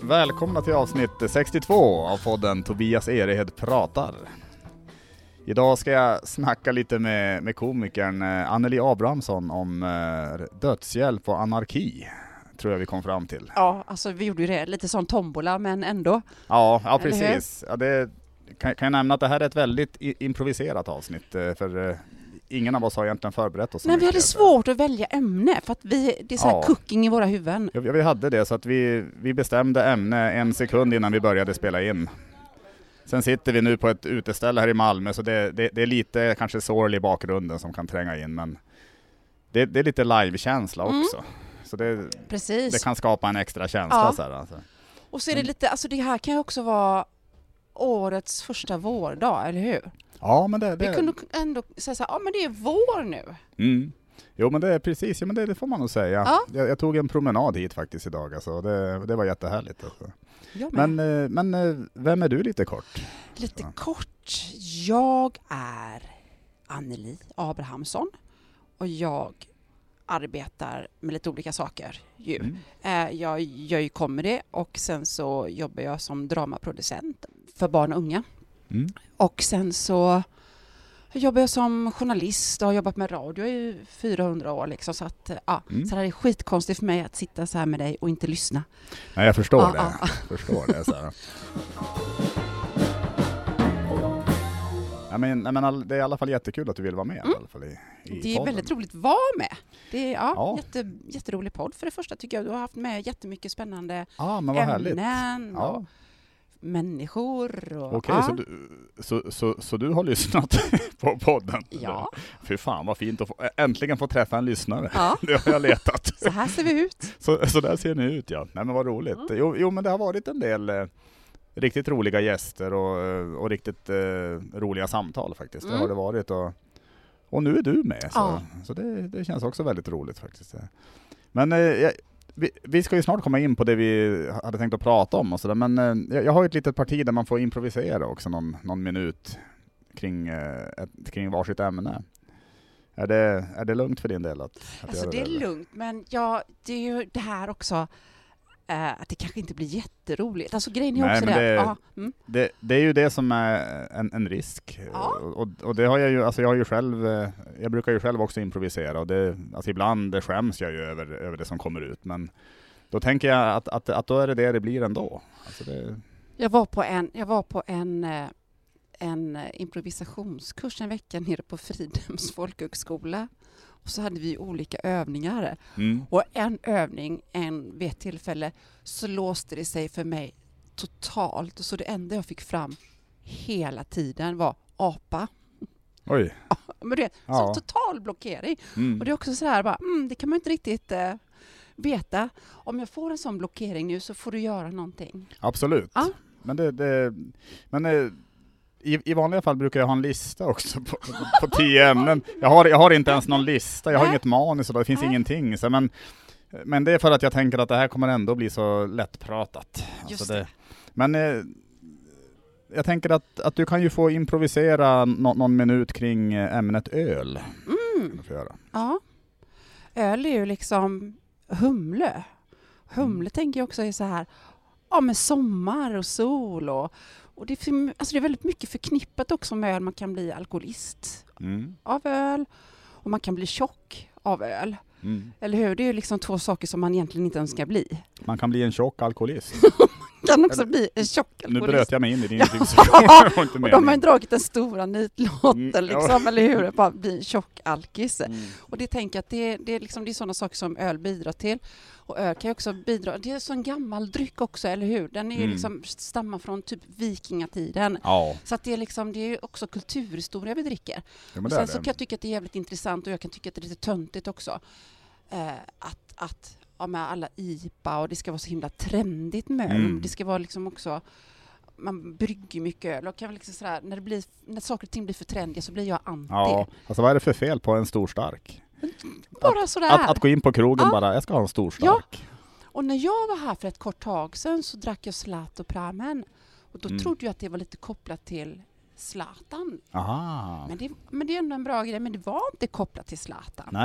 Välkomna till avsnitt 62 av podden Tobias Erehed pratar. Idag ska jag snacka lite med komikern Anneli Abrahamsson om dödshjälp och anarki, tror jag vi kom fram till. Ja, alltså vi gjorde ju det, lite sån tombola, men ändå. Ja precis. Ja, det kan jag nämna att det här är ett väldigt improviserat avsnitt, för ingen av oss har egentligen förberett oss. Nej, vi hade svårt att välja ämne för att det är så här cooking i våra huvuden. Ja, vi hade det, så att vi bestämde ämne en sekund innan vi började spela in. Sen sitter vi nu på ett uteställe här i Malmö, så det är lite kanske sorglig i bakgrunden som kan tränga in, men det är lite live-känsla också. Så det kan skapa en extra känsla. Ja. Så här, alltså. Och så är det lite, alltså det här kan ju också vara årets första vårdag, eller hur? Ja, men Vi kunde ändå säga så här, ja men det är vår nu. Mm. Jo, men det är precis, ja, men det får man nog säga. Ja. Jag tog en promenad hit faktiskt idag, alltså. Det var jättehärligt. Alltså. Men vem är du lite kort? Lite kort. Jag är Anneli Abrahamsson och jag arbetar med lite olika saker. Jag gör ju comedy och sen så jobbar jag som dramaproducent för barn och unga. Och sen så jobbar jag som journalist och har jobbat med radio i 400 år. Liksom, så att, så det är skitkonstigt för mig att sitta så här med dig och inte lyssna. Nej, jag förstår det. Förstår det så här. Men det är i alla fall jättekul att du vill vara med. I alla fall i det är podden. väldigt roligt att vara med. Det är jätterolig podd för det första, tycker jag. Du har haft med jättemycket spännande ämnen och människor. Okej, så du har lyssnat på podden? Ja. Fy fan, vad fint att äntligen få träffa en lyssnare. Ja. Det har jag letat. Så här ser vi ut. Så där ser ni ut, ja. Nej, men vad roligt. Jo, men det har varit en del riktigt roliga gäster och riktigt roliga samtal faktiskt. Det har det varit, och nu är du med. Så det känns också väldigt roligt faktiskt. Men vi ska ju snart komma in på det vi hade tänkt att prata om och sådär, men jag har ett litet parti där man får improvisera också någon minut kring varsitt ämne. Är det lugnt för din del att alltså, göra det är lugnt, men det är ju det här också att det kanske inte blir jätteroligt. Alltså grejen är också det är ju det som är en risk. Och det har jag ju, alltså jag brukar ju själv också improvisera, och alltså ibland skäms jag ju över det som kommer ut, men då tänker jag att då är det blir ändå. Alltså Jag var på en improvisationskurs en vecka nere på Fridhems folkhögskola. Och så hade vi olika övningar. Och en övning, vid ett tillfälle, så låste det sig för mig totalt. Och så det enda jag fick fram hela tiden var apa. Oj. Men det är så total blockering. Och det är också så här, det kan man inte riktigt veta. Om jag får en sån blockering nu så får du göra någonting. Absolut. Ja. Men i vanliga fall brukar jag ha en lista också på 10 ämnen. Jag har inte ens någon lista. Jag har inget manus och det finns ingenting. Så, men det är för att jag tänker att det här kommer ändå bli så lättpratat. Alltså men jag tänker att du kan ju få improvisera någon minut kring ämnet öl. Kan du få göra. Ja. Öl är ju liksom humle. Humle tänker jag också är så här, med sommar och sol och det är väldigt mycket förknippat också med öl. Man kan bli alkoholist av öl och man kan bli tjock av öl. Eller hur? Det är ju liksom 2 saker som man egentligen inte önskar bli. Man kan bli en tjock alkoholist. Kan också bli en tjock alkoholist. Nu bröt jag mig in i din diskussion. Och de har ju dragit den stora nitlotten liksom, eller hur? Bara bli en tjock alkis. Och det tänker jag att det är sådana saker som öl bidrar till. Och öl kan ju också bidra. Det är så en gammal dryck också, eller hur? Den är ju liksom stammar från typ vikingatiden. Ja. Så att det är ju också kulturhistoria vi dricker. Ja, och sen så kan jag tycka att det är jävligt intressant, och jag kan tycka att det är lite töntigt också. Att med alla IPA, och det ska vara så himla trendigt med öl. Det ska vara liksom också, man brygger mycket öl och kan liksom sådär, när saker och ting blir för trendiga så blir jag anti. Ja, alltså vad är det för fel på en stor stark? Bara sådär. Att gå in på krogen bara, jag ska ha en stor stark. Ja. Och när jag var här för ett kort tag sedan så drack jag Zlatan Pramen. Och då trodde jag att det var lite kopplat till Zlatan. Aha. Men det är ändå en bra grej, men det var inte kopplat till Zlatan. Nej.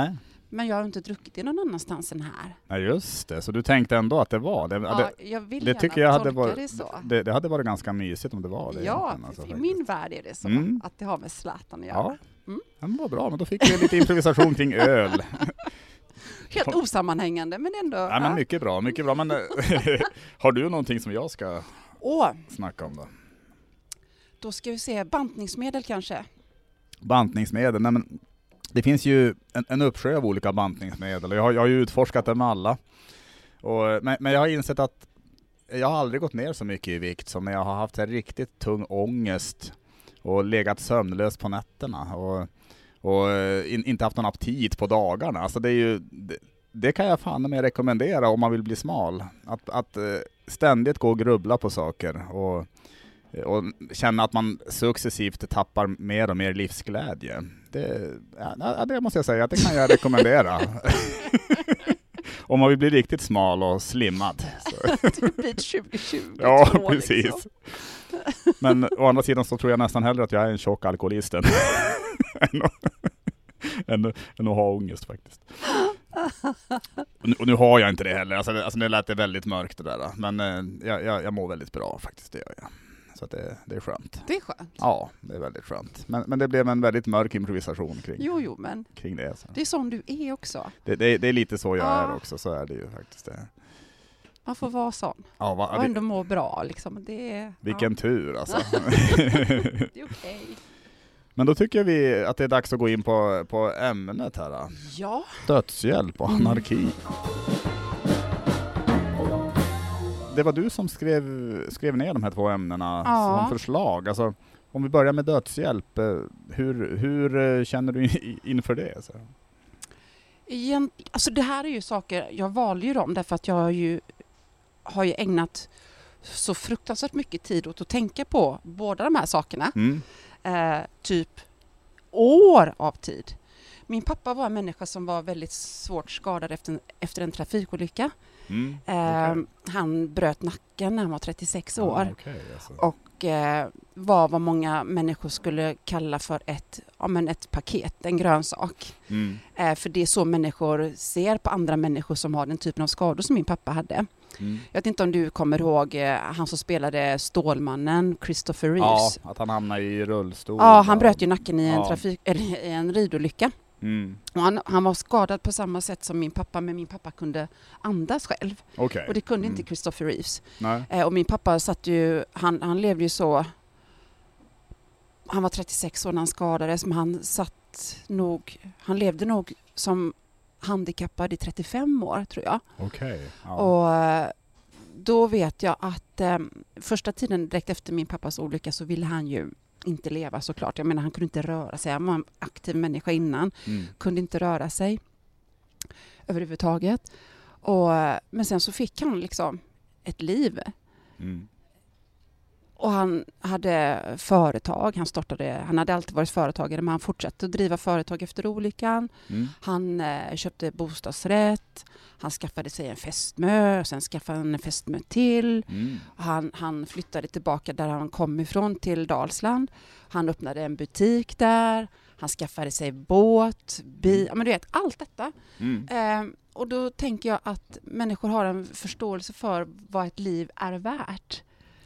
Men jag har inte druckit det någon annanstans än här. Nej, just det. Så du tänkte ändå att det var det? Ja, jag vill det gärna tycker jag hade tolka varit, det så. det hade varit ganska mysigt om det var det. Ja, alltså, i min värld är det så. Att det har med Zlatan att göra. Ja, men vad bra. Men då fick vi lite improvisation kring öl. Helt osammanhängande, men ändå. Ja, men mycket bra, mycket bra. Men har du någonting som jag ska snacka om då? Då ska vi se, bantningsmedel kanske? Bantningsmedel? Nej, men det finns ju en uppsjö av olika bantningsmedel. Jag har ju utforskat dem alla. Men jag har insett att jag har aldrig gått ner så mycket i vikt som när jag har haft en riktigt tung ångest och legat sömnlös på nätterna och inte haft någon aptit på dagarna. Alltså det kan jag fan med rekommendera om man vill bli smal. Att ständigt gå och grubbla på saker och känna att man successivt tappar mer och mer livsglädje. Det måste jag säga att det kan jag rekommendera. Om man vill bli riktigt smal och slimmad. Det blir 2020. Ja, precis. Liksom. Men å andra sidan så tror jag nästan hellre att jag är en tjock alkoholist än att ha ångest faktiskt. Och nu har jag inte det heller. Alltså det lät det väldigt mörkt det där. Men jag mår väldigt bra faktiskt, det gör jag. Så att det är skönt. Det är skönt? Ja, det är väldigt skönt. Men det blev en väldigt mörk improvisation kring det. Så. Det är som du är också. Det är lite så jag är också, så är det ju faktiskt det. Man får vara sån. Ja, och ändå må bra liksom. Vilken tur alltså. Det är okej. Men då tycker vi att det är dags att gå in på ämnet här. Då. Ja. Dödshjälp och anarki. Det var du som skrev ner de här 2 ämnena som förslag. Alltså, om vi börjar med dödshjälp, hur känner du inför det? Så? Alltså det här är ju saker, jag valde ju dem därför att jag har ju ägnat så fruktansvärt mycket tid åt att tänka på båda de här sakerna. Typ år av tid. Min pappa var en människa som var väldigt svårt skadad efter en trafikolycka. Okay. Han bröt nacken när han var 36 år. Alltså. Och var vad många människor skulle kalla för ett paket, en grönsak. För det är så människor ser på andra människor som har den typen av skador som min pappa hade. Jag vet inte om du kommer ihåg han som spelade Stålmannen, Christopher Reeves. Ja, att han hamnade i rullstol. Ja, han bröt ju nacken i en ridolycka. Och han var skadad på samma sätt som min pappa, men min pappa kunde andas själv. Okay. Och det kunde inte Christopher Reeves. Nej. Och min pappa han levde ju så, han var 36 år när han skadades, men han levde nog som handikappad i 35 år tror jag. Okay. Ja. Och då vet jag att första tiden direkt efter min pappas olycka så ville han ju inte leva såklart. Jag menar, han kunde inte röra sig. Han var en aktiv människa innan. Kunde inte röra sig överhuvudtaget. Men sen så fick han liksom ett liv. Och han hade företag. Han hade alltid varit företagare, men han fortsatte att driva företag efter olyckan. Han köpte bostadsrätt. Han skaffade sig en fästmö. Och sen skaffade han en fästmö till. Han flyttade tillbaka där han kom ifrån till Dalsland. Han öppnade en butik där. Han skaffade sig båt, bil. Men du vet, allt detta. Och då tänker jag att människor har en förståelse för vad ett liv är värt.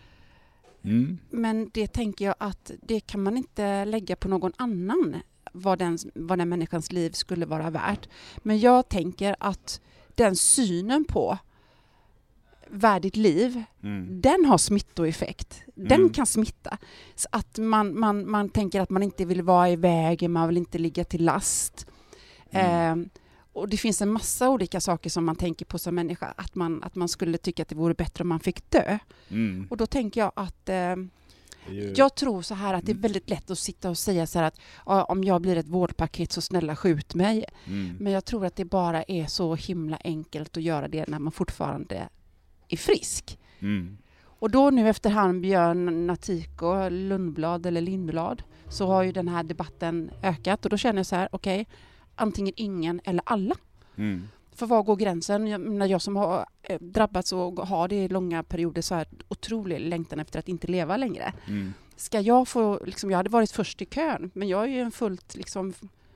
Men det tänker jag att det kan man inte lägga på någon annan, vad den människans liv skulle vara värt. Men jag tänker att den synen på värdigt liv, den har smittoeffekt. Den kan smitta. Så att man tänker att man inte vill vara i vägen, man vill inte ligga till last. Och det finns en massa olika saker som man tänker på som människa. Att man skulle tycka att det vore bättre om man fick dö. Och då tänker jag att jag tror så här att det är väldigt lätt att sitta och säga så här att om jag blir ett vårdpaket så snälla skjut mig. Men jag tror att det bara är så himla enkelt att göra det när man fortfarande är frisk. Och då nu efter han Björn Natthiko Lindblad så har ju den här debatten ökat. Och då känner jag så här, okej, antingen ingen eller alla. För var går gränsen? När jag som har drabbats och har det i långa perioder så här otrolig längtan efter att inte leva längre. Ska jag få, liksom, jag hade varit först i kön, men jag är ju en fullt liksom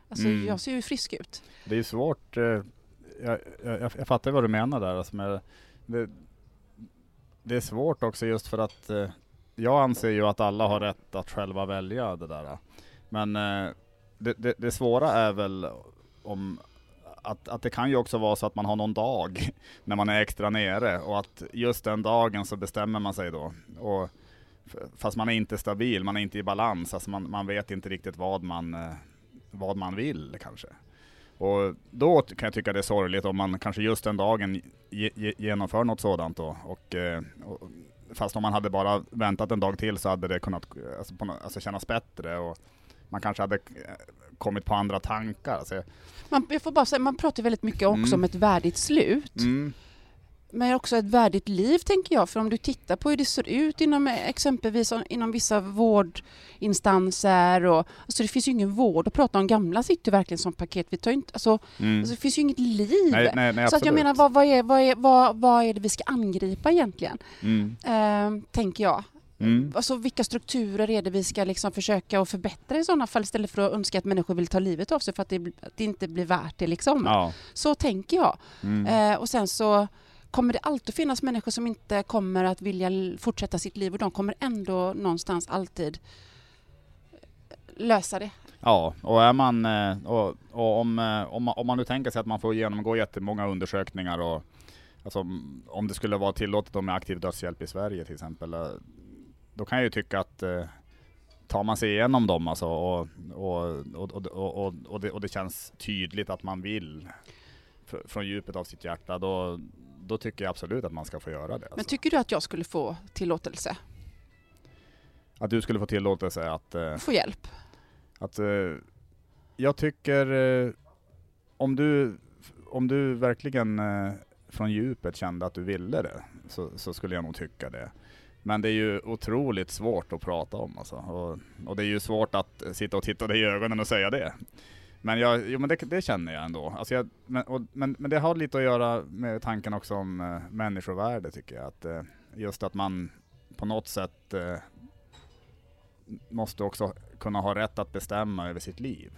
Alltså jag ser ju frisk ut. Det är ju svårt. Jag fattar vad du menar där. Alltså det är svårt också just för att jag anser ju att alla har rätt att själva välja det där. Men det svåra är väl om att det kan ju också vara så att man har någon dag när man är extra nere och att just den dagen så bestämmer man sig då. Och fast man är inte stabil, man är inte i balans, alltså man vet inte riktigt vad man vill kanske. Och då kan jag tycka det är sorgligt om man kanske just den dagen genomför något sådant då. Och fast om man hade bara väntat en dag till så hade det kunnat alltså kännas bättre och man kanske hade kommit på andra tankar. Alltså, jag får bara säga, man pratar väldigt mycket också om ett värdigt slut. Men också ett värdigt liv tänker jag. För om du tittar på hur det ser ut inom exempelvis inom vissa vårdinstanser. Alltså det finns ju ingen vård att prata om. Gamla sitter verkligen som paket. Vi tar inte, alltså det finns ju inget liv. Nej, så att jag menar, vad är det vi ska angripa egentligen? Tänker jag. Alltså vilka strukturer är det vi ska liksom försöka att förbättra i sådana fall istället för att önska att människor vill ta livet av sig för att det inte blir värt det liksom. Ja. Så tänker jag. Och sen så kommer det alltid finnas människor som inte kommer att vilja fortsätta sitt liv och de kommer ändå någonstans alltid lösa det. Ja, och är man och om man nu tänker sig att man får genomgå jättemånga undersökningar och alltså, om det skulle vara tillåtet med aktiv dödshjälp i Sverige till exempel, då kan jag ju tycka att tar man sig igenom dem alltså, och det känns tydligt att man vill från djupet av sitt hjärta, då tycker jag absolut att man ska få göra det. Alltså. Men tycker du att jag skulle få tillåtelse? Att du skulle få tillåtelse att få hjälp? Att jag tycker om du verkligen från djupet kände att du ville det, så skulle jag nog tycka det. Men det är ju otroligt svårt att prata om alltså. Och det är ju svårt att sitta och titta dig i ögonen och säga det. Men det känner jag ändå. Alltså men det har lite att göra med tanken också om människovärde tycker jag. Att just att man på något sätt måste också kunna ha rätt att bestämma över sitt liv.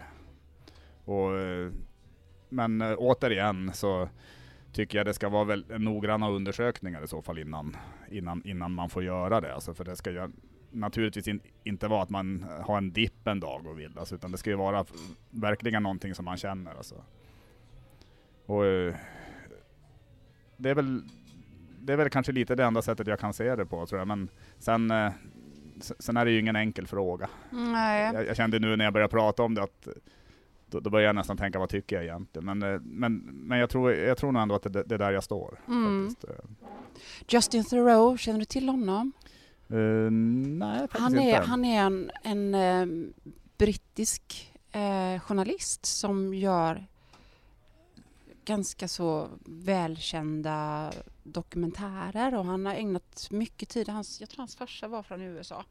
Men återigen så tycker jag det ska vara väl noggranna undersökningar i så fall innan man får göra det. Alltså för det ska ju naturligtvis inte vara att man har en dipp en dag och vill. Alltså, utan det ska ju vara verkligen någonting som man känner. Alltså. Och det är väl kanske lite det enda sättet jag kan se det på tror jag. Men sen är det ju ingen enkel fråga. Nej. Jag kände nu när jag började prata om det att då börjar jag nästan tänka, vad tycker jag egentligen? Men jag tror nog ändå att det är där jag står. Faktiskt. Justin Theroux, känner du till honom? Nej, faktiskt inte. Han är en brittisk journalist som gör ganska så välkända dokumentärer. Och han har ägnat mycket tid. Jag tror hans farsa var från USA.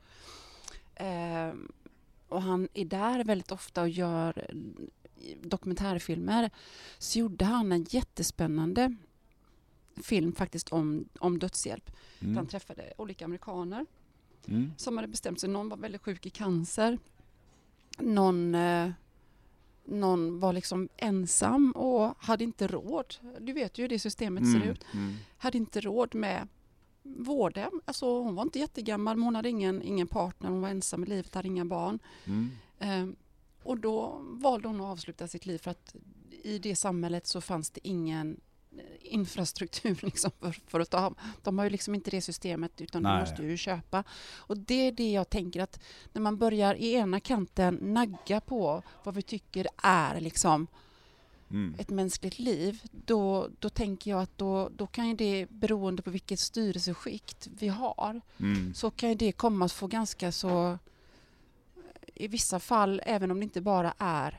Och han är där väldigt ofta och gör dokumentärfilmer. Så gjorde han en jättespännande film faktiskt om dödshjälp. Han träffade olika amerikaner som hade bestämt sig. Någon var väldigt sjuk i cancer. Någon var liksom ensam och hade inte råd. Du vet ju hur det systemet ser ut. Hade inte råd med vården. Alltså hon var inte jättegammal, men hon hade ingen partner. Hon var ensam i livet, hade inga barn. Och då valde hon att avsluta sitt liv för att i det samhället så fanns det ingen infrastruktur liksom för att ta. De har ju liksom inte det systemet utan de måste ju köpa. Och det är det jag tänker att när man börjar i ena kanten nagga på vad vi tycker är liksom ett mänskligt liv, då tänker jag att då kan ju det, beroende på vilket styrelseskikt vi har, så kan ju det komma att få ganska så, i vissa fall, även om det inte bara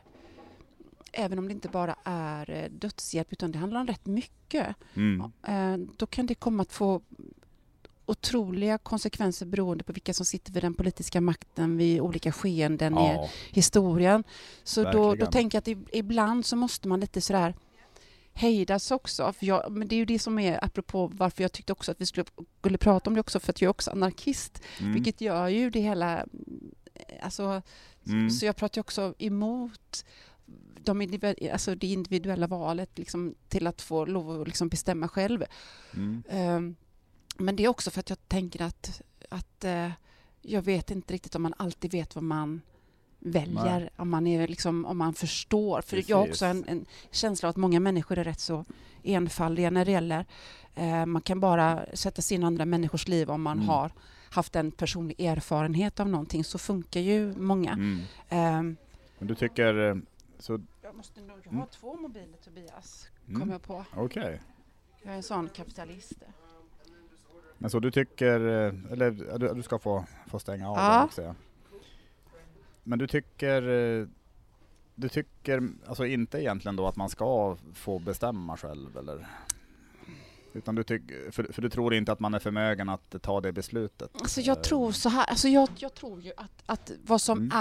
är dödshjälp utan det handlar om rätt mycket, då kan det komma att få otroliga konsekvenser beroende på vilka som sitter vid den politiska makten vid olika skeenden i historien. Så då tänker jag att ibland så måste man lite sådär hejdas också. Men det är ju det som är apropå varför jag tyckte också att vi skulle prata om det också, för att jag är också anarkist. Vilket gör ju det hela. Alltså, så jag pratar ju också emot alltså det individuella valet liksom, till att få lov att liksom bestämma själv. Men det är också för att jag tänker att jag vet inte riktigt om man alltid vet vad man väljer, om man är liksom, om man förstår. För jag har också en känsla av att många människor är rätt så enfaldiga när det gäller. Man kan bara sätta sig in i andra människors liv om man har haft en personlig erfarenhet av någonting, så funkar ju många. Men du tycker så... Jag har 2 mobiler, Tobias, kommer jag på. Okej. Jag är en sån kapitalist. Men så du tycker, eller du ska få stänga av den också, ja. Men du tycker alltså inte egentligen då att man ska få bestämma själv, eller? Utan du tycker, för du tror inte att man är förmögen att ta det beslutet? Alltså jag tror så här, alltså jag tror ju att vad som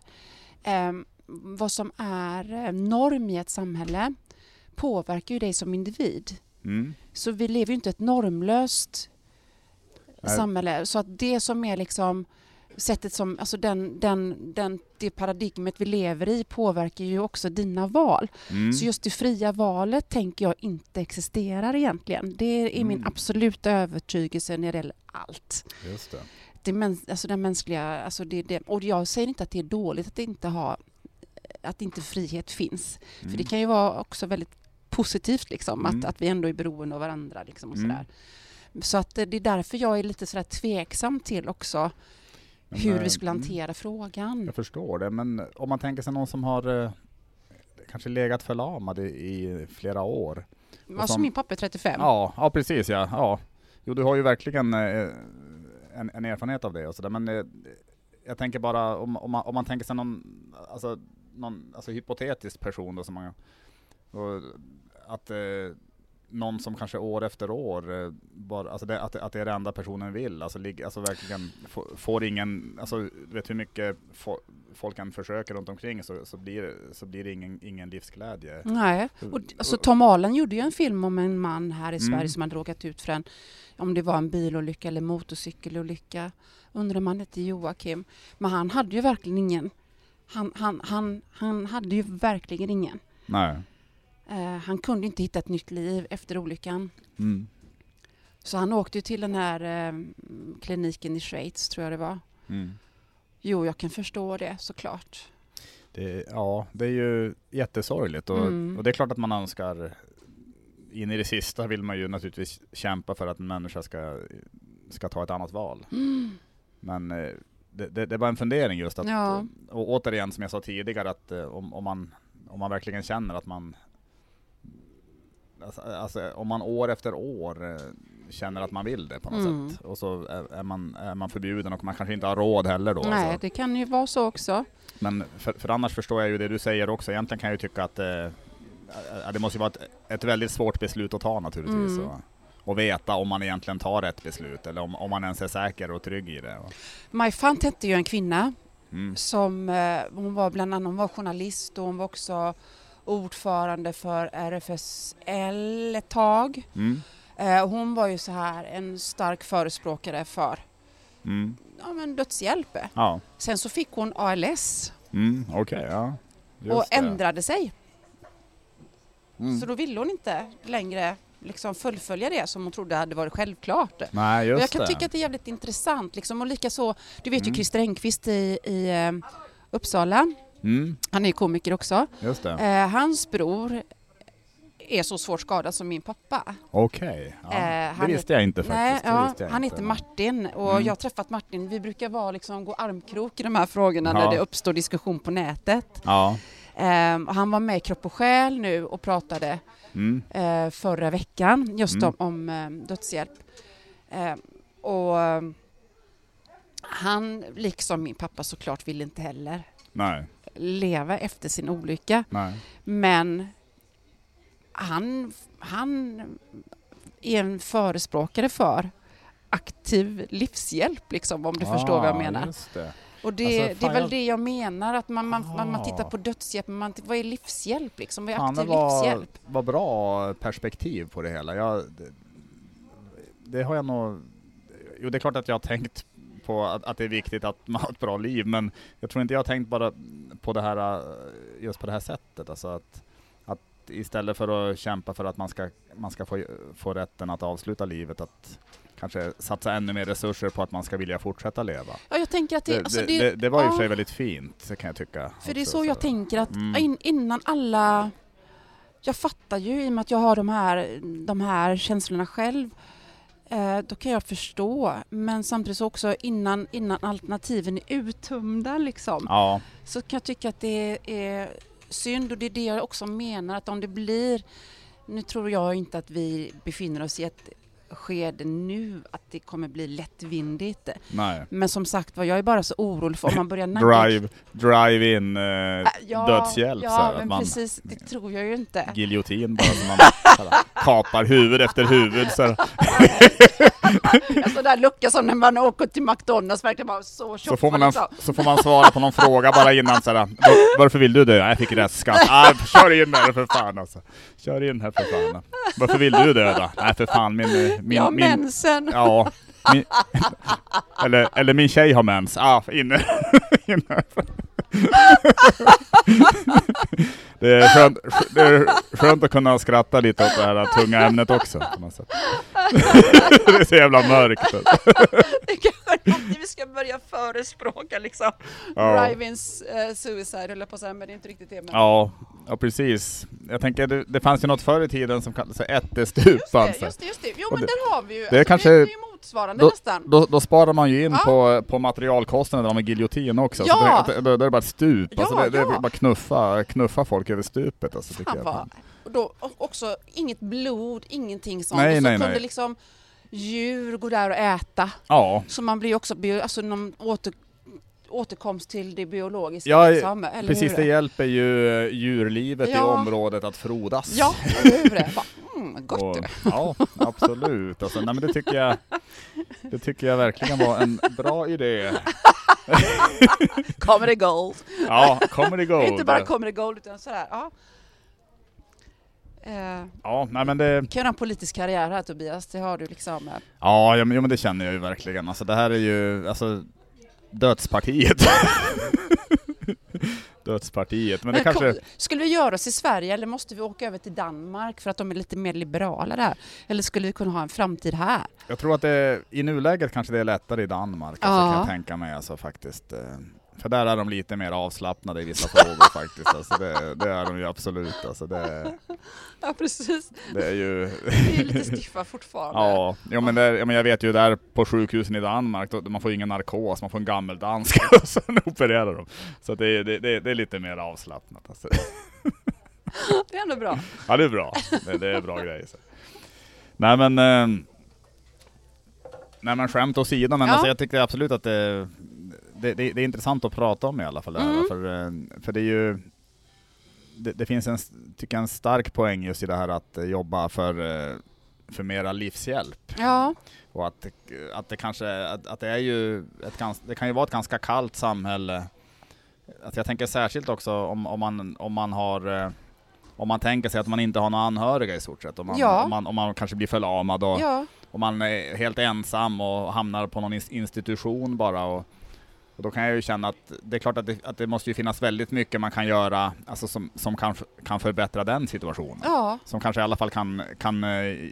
är norm i ett samhälle påverkar ju dig som individ. Så vi lever ju inte ett normlöst samhälle, så att det som är liksom sättet som, alltså det paradigmet vi lever i påverkar ju också dina val. Så just det fria valet tänker jag inte existerar egentligen. Det är min absoluta övertygelse när det gäller allt. Just det. Alltså den mänskliga, alltså och jag säger inte att det är dåligt att inte frihet finns. För det kan ju vara också väldigt positivt liksom, att vi ändå är beroende av varandra liksom, och sådär. Så att det är därför jag är lite sådär tveksam till också hur vi skulle hantera frågan. Jag förstår det, men om man tänker sig någon som har kanske legat förlamad i flera år. Alltså min pappa är 35. Ja, precis. Ja. Jo, du har ju verkligen en erfarenhet av det och sådär, men jag tänker bara om man tänker sig någon hypotetisk person då, som man att någon som kanske år efter år bara, alltså att det är det enda personen vill, alltså verkligen får ingen, alltså vet hur mycket folk kan försöka runt omkring, så blir det ingen livsglädje. Nej, och alltså Tom Allen gjorde ju en film om en man här i Sverige som hade råkat ut för om det var en bilolycka eller motorcykelolycka, undrar man inte Joakim, men han hade ju verkligen ingen. Han hade ju verkligen ingen. Nej. Han kunde inte hitta ett nytt liv efter olyckan. Så han åkte ju till den här kliniken i Schweiz, tror jag det var. Jo, jag kan förstå det, såklart. Det är ju jättesorgligt. Och det är klart att man önskar, in i det sista vill man ju naturligtvis kämpa för att en människa ska ta ett annat val. Men det är bara en fundering just att, och återigen som jag sa tidigare, att om man verkligen känner att man, alltså om man år efter år känner att man vill det på något sätt, och så är man förbjuden och man kanske inte har råd heller då. Nej, alltså. Det kan ju vara så också. Men för annars förstår jag ju det du säger också. Egentligen kan jag ju tycka att det måste ju vara ett väldigt svårt beslut att ta naturligtvis. Och veta om man egentligen tar rätt beslut, eller om man ens är säker och trygg i det. Maj Fant hette ju en kvinna som hon var journalist, och hon var också ordförande för RFSL ett tag. Hon var ju så här en stark förespråkare för dödshjälp. Ja. Sen så fick hon ALS. Okej, ja. Och ändrade sig. Så då ville hon inte längre liksom fullfölja det som hon trodde hade varit självklart. Nej, just och jag kan tycka att det är jävligt intressant. Liksom. Och lika så, du vet ju Christer Engqvist i Uppsala. Han är ju komiker också. Just det. Hans bror är så svårt skadad som min pappa. Okej. Det visste jag inte faktiskt. Nej, han heter Martin, och jag har träffat Martin. Vi brukar gå armkrok i de här frågorna när det uppstår diskussion på nätet. Ja. Och han var med i Kropp och själ nu och pratade förra veckan just om dödshjälp. Och han, liksom min pappa såklart, vill inte heller leva efter sin olycka. Nej. Men han är en förespråkare för aktiv livshjälp, liksom, om du förstår vad jag menar. Just det. Och det är väl det jag menar, att man tittar på dödshjälp, men vad är livshjälp liksom? Vad är aktiv livshjälp? Vad bra perspektiv på det hela. Det har jag nog... Jo, det är klart att jag har på att det är viktigt att man har ett bra liv, men jag tror inte jag har tänkt bara på det här just på det här sättet, alltså att istället för att kämpa för att man ska få rätten att avsluta livet, att kanske satsa ännu mer resurser på att man ska vilja fortsätta leva. Ja, jag tänker att det var ju för sig väldigt fint, kan jag tycka. För också, det är så jag tänker att innan alla... Jag fattar ju, i och med att jag har de här känslorna själv, då kan jag förstå. Men samtidigt så också innan alternativen är uttömda liksom, så kan jag tycka att det är synd. Och det är det jag också menar, att om det blir... Nu tror jag inte att vi befinner oss i ett skede nu att det kommer bli lättvindigt. Nej. Men som sagt, jag är bara så orolig för om man börjar nagga... drive-in dödshjälp. Ja, så här, men man, precis, det tror jag ju inte. Giljotin bara, som man kapar huvud efter huvud. Så en sån där lucka som när man åker till McDonalds, verkligen bara så tjock. Så får man svara på någon fråga bara innan så här, varför vill du dö? Jag fick rätt skatt. Kör in här för fan alltså. Kör in här för fan. Varför vill du dö då? Nej för fan, min mensen. Ja. Eller min tjej har mens. Inne. Det är skönt att kunna skratta lite åt det här tunga ämnet också på något sätt. Det är så jävla mörkt. Det kanske något vi ska börja förespråka liksom. Drive-in suicide, eller på så här, men det är inte riktigt det. Men... Ja, precis. Jag tänker, det fanns ju något förr i tiden som kallades ättestupan. Just det. Jo, men där har vi ju. Det är kanske... Det är ju motsvarande nästan. Då sparar man ju in på materialkostnaderna med giljotin också. Ja. Så då är det bara ett stup. Ja, alltså det är bara knuffa folk över stupet. Alltså, tycker jag. Och då också inget blod, ingenting sånt. Nej, och så kunde liksom djur gå där och äta. Ja. Så man blir också någon återkomst till det biologiska. Ja, liksom, eller precis. hur? Det hjälper ju djurlivet i området att frodas. Ja, eller hur det? Gott. Ja, absolut. Alltså, nej, men det tycker jag verkligen var en bra idé. Comedy gold. Ja, comedy gold. Inte bara comedy gold, utan sådär. Nej, men det... Kan göra en politisk karriär här, Tobias. Det har du liksom. Ja, men det känner jag ju verkligen. Alltså, det här är ju dödspartiet. Dödspartiet. Men det kanske... Skulle vi göra oss i Sverige, eller måste vi åka över till Danmark för att de är lite mer liberala där? Eller skulle vi kunna ha en framtid här? Jag tror att i nuläget kanske det är lättare i Danmark, kan jag tänka mig, alltså, faktiskt. För där är de lite mer avslappnade i vissa frågor faktiskt. Alltså, det är de ju absolut. Alltså, ja, precis. Det är ju... Det är lite stiffa fortfarande. Men jag vet ju där på sjukhusen i Danmark, man får ingen narkos, man får en gammeldansk och sen opererar de. Så det är lite mer avslappnat. Alltså. Det är ändå bra. Ja, det är bra. Det är bra grejer. Så. Nej, men skämt åsido, men alltså, jag tycker absolut att det är intressant att prata om i alla fall. För det är ju det finns en stark poäng just i det här att jobba för mera livshjälp. Ja. Och att det kanske att det är ju det kan ju vara ett ganska kallt samhälle. Att jag tänker särskilt också om man tänker sig att man inte har några anhöriga i stort sett, om man kanske blir förlamad och om man är helt ensam och hamnar på någon institution bara, och då kan jag ju känna att det är klart att det måste ju finnas väldigt mycket man kan göra, alltså som kan förbättra den situationen. Ja. Som kanske i alla fall kan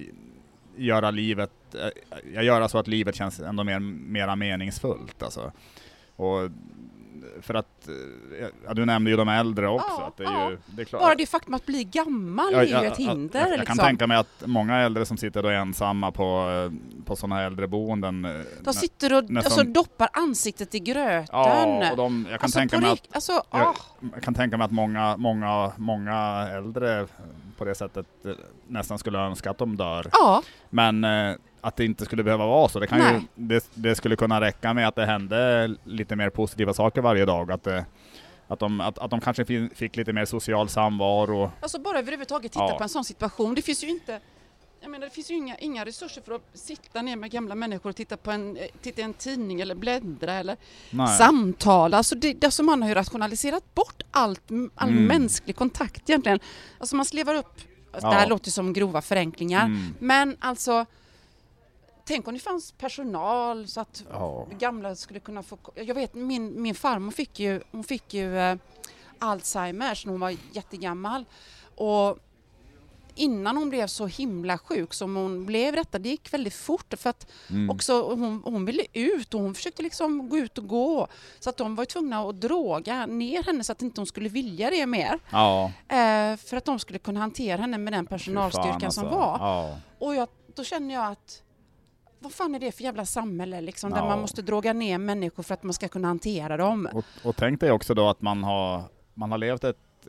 göra så att livet känns ändå mera meningsfullt. Alltså. Och för att du nämnde ju de äldre också. Att det är klart. Bara det faktum att bli gammal är ju ett hinder. Jag kan tänka mig att många äldre som sitter då ensamma på sådana här äldreboenden. De sitter och doppar ansiktet i gröten. Ja, och jag kan tänka mig att många äldre på det sättet nästan skulle önska att de dör. Ja. Men att det inte skulle behöva vara så. Det skulle kunna räcka med att det hände lite mer positiva saker varje dag. Att de kanske fick lite mer social samvaro. Alltså bara överhuvudtaget titta på en sån situation. Det finns ju inte... det finns ju inga resurser för att sitta ner med gamla människor och titta i en tidning eller bläddra eller samtala. Alltså man har ju rationaliserat bort all mänsklig kontakt egentligen. Alltså man slevar upp, det här låter som grova förenklingar, men alltså Tänk om det fanns personal så att gamla skulle kunna få... Jag vet, min farmor fick ju Alzheimers när hon var jättegammal. Och innan hon blev så himla sjuk som hon blev det gick väldigt fort för att också hon ville ut och hon försökte liksom gå ut och gå så att de var tvungna att droga ner henne så att inte hon skulle vilja det mer. Ja. För att de skulle kunna hantera henne med den personalstyrkan som var. Ja. Och då känner jag att vad fan är det för jävla samhälle liksom, där man måste droga ner människor för att man ska kunna hantera dem. Och tänk dig också då att man har levt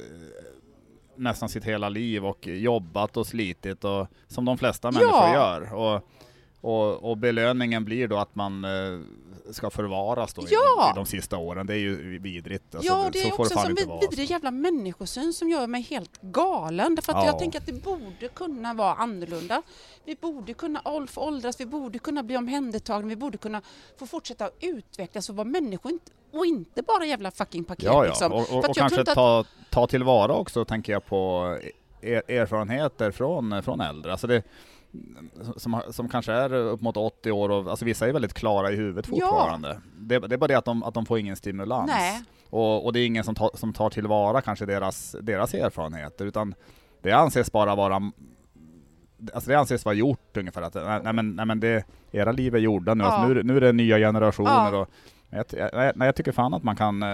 nästan sitt hela liv och jobbat och slitit och som de flesta människor gör. Och belöningen blir då att man ska förvaras då i de sista åren. Det är ju vidrigt. Alltså, det är också en vidrig jävla människosyn som gör mig helt galen. Därför att jag tänker att det borde kunna vara annorlunda. Vi borde kunna åldras, vi borde kunna bli omhändertagna, vi borde kunna få fortsätta att utvecklas och vara människor och inte bara jävla fucking paket. Ja. Liksom. Och kanske ta tillvara också, tänker jag på erfarenheter från äldre. Alltså det som kanske är upp mot 80 år och alltså vissa är väldigt klara i huvudet fortfarande. Ja. Det är bara det att de får ingen stimulans. Nej. Och det är ingen som tar tillvara kanske deras erfarenheter, utan det anses bara vara, alltså det anses vara gjort ungefär att nej men det, era liv är gjorda nu, alltså nu är det nya generationer och jag tycker fan att man kan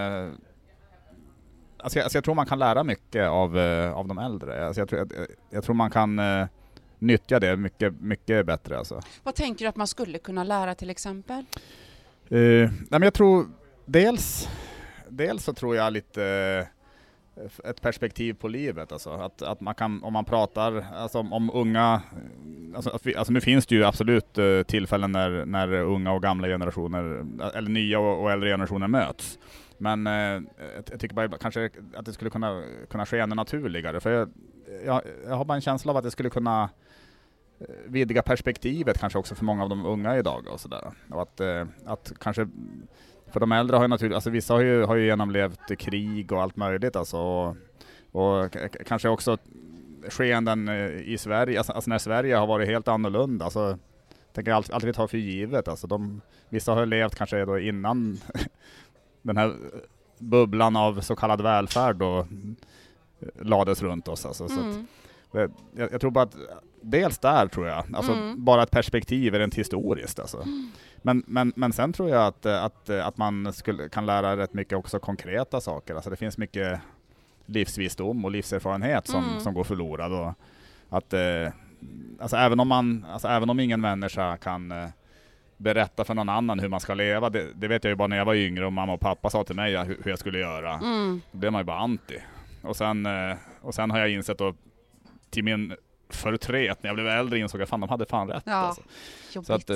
alltså jag tror man kan lära mycket av de äldre. Alltså jag tror man kan nyttja det mycket, mycket bättre. Alltså. Vad tänker du att man skulle kunna lära till exempel? Nej, men jag tror dels så tror jag lite ett perspektiv på livet. Alltså. Att man kan, om man pratar alltså om unga, alltså nu finns det ju absolut tillfällen när unga och gamla generationer, eller nya och äldre generationer möts. Men jag tycker bara kanske att det skulle kunna ske ännu naturligare. För jag har bara en känsla av att det skulle kunna vidga perspektivet kanske också för många av de unga idag och sådär. Och att kanske för de äldre har ju naturligt, alltså vissa har ju genomlevt krig och allt möjligt alltså, och kanske också skeenden i Sverige, alltså när Sverige har varit helt annorlunda, alltså tänker jag alltid ta för givet, alltså vissa har levt kanske då innan den här bubblan av så kallad välfärd då lades runt oss alltså, så att, jag tror bara att dels där tror jag, alltså bara ett perspektiv är rent historiskt alltså. Men sen tror jag att man kan lära rätt mycket också konkreta saker, alltså det finns mycket livsvisdom och livserfarenhet som går förlorad och att alltså även om ingen människa kan berätta för någon annan hur man ska leva, det vet jag ju bara när jag var yngre och mamma och pappa sa till mig hur jag skulle göra. Då blev man ju bara anti. Och sen har jag insett då, till min förtret när jag blev äldre, insåg jag fan de hade fan rätt. Ja, alltså. Så att,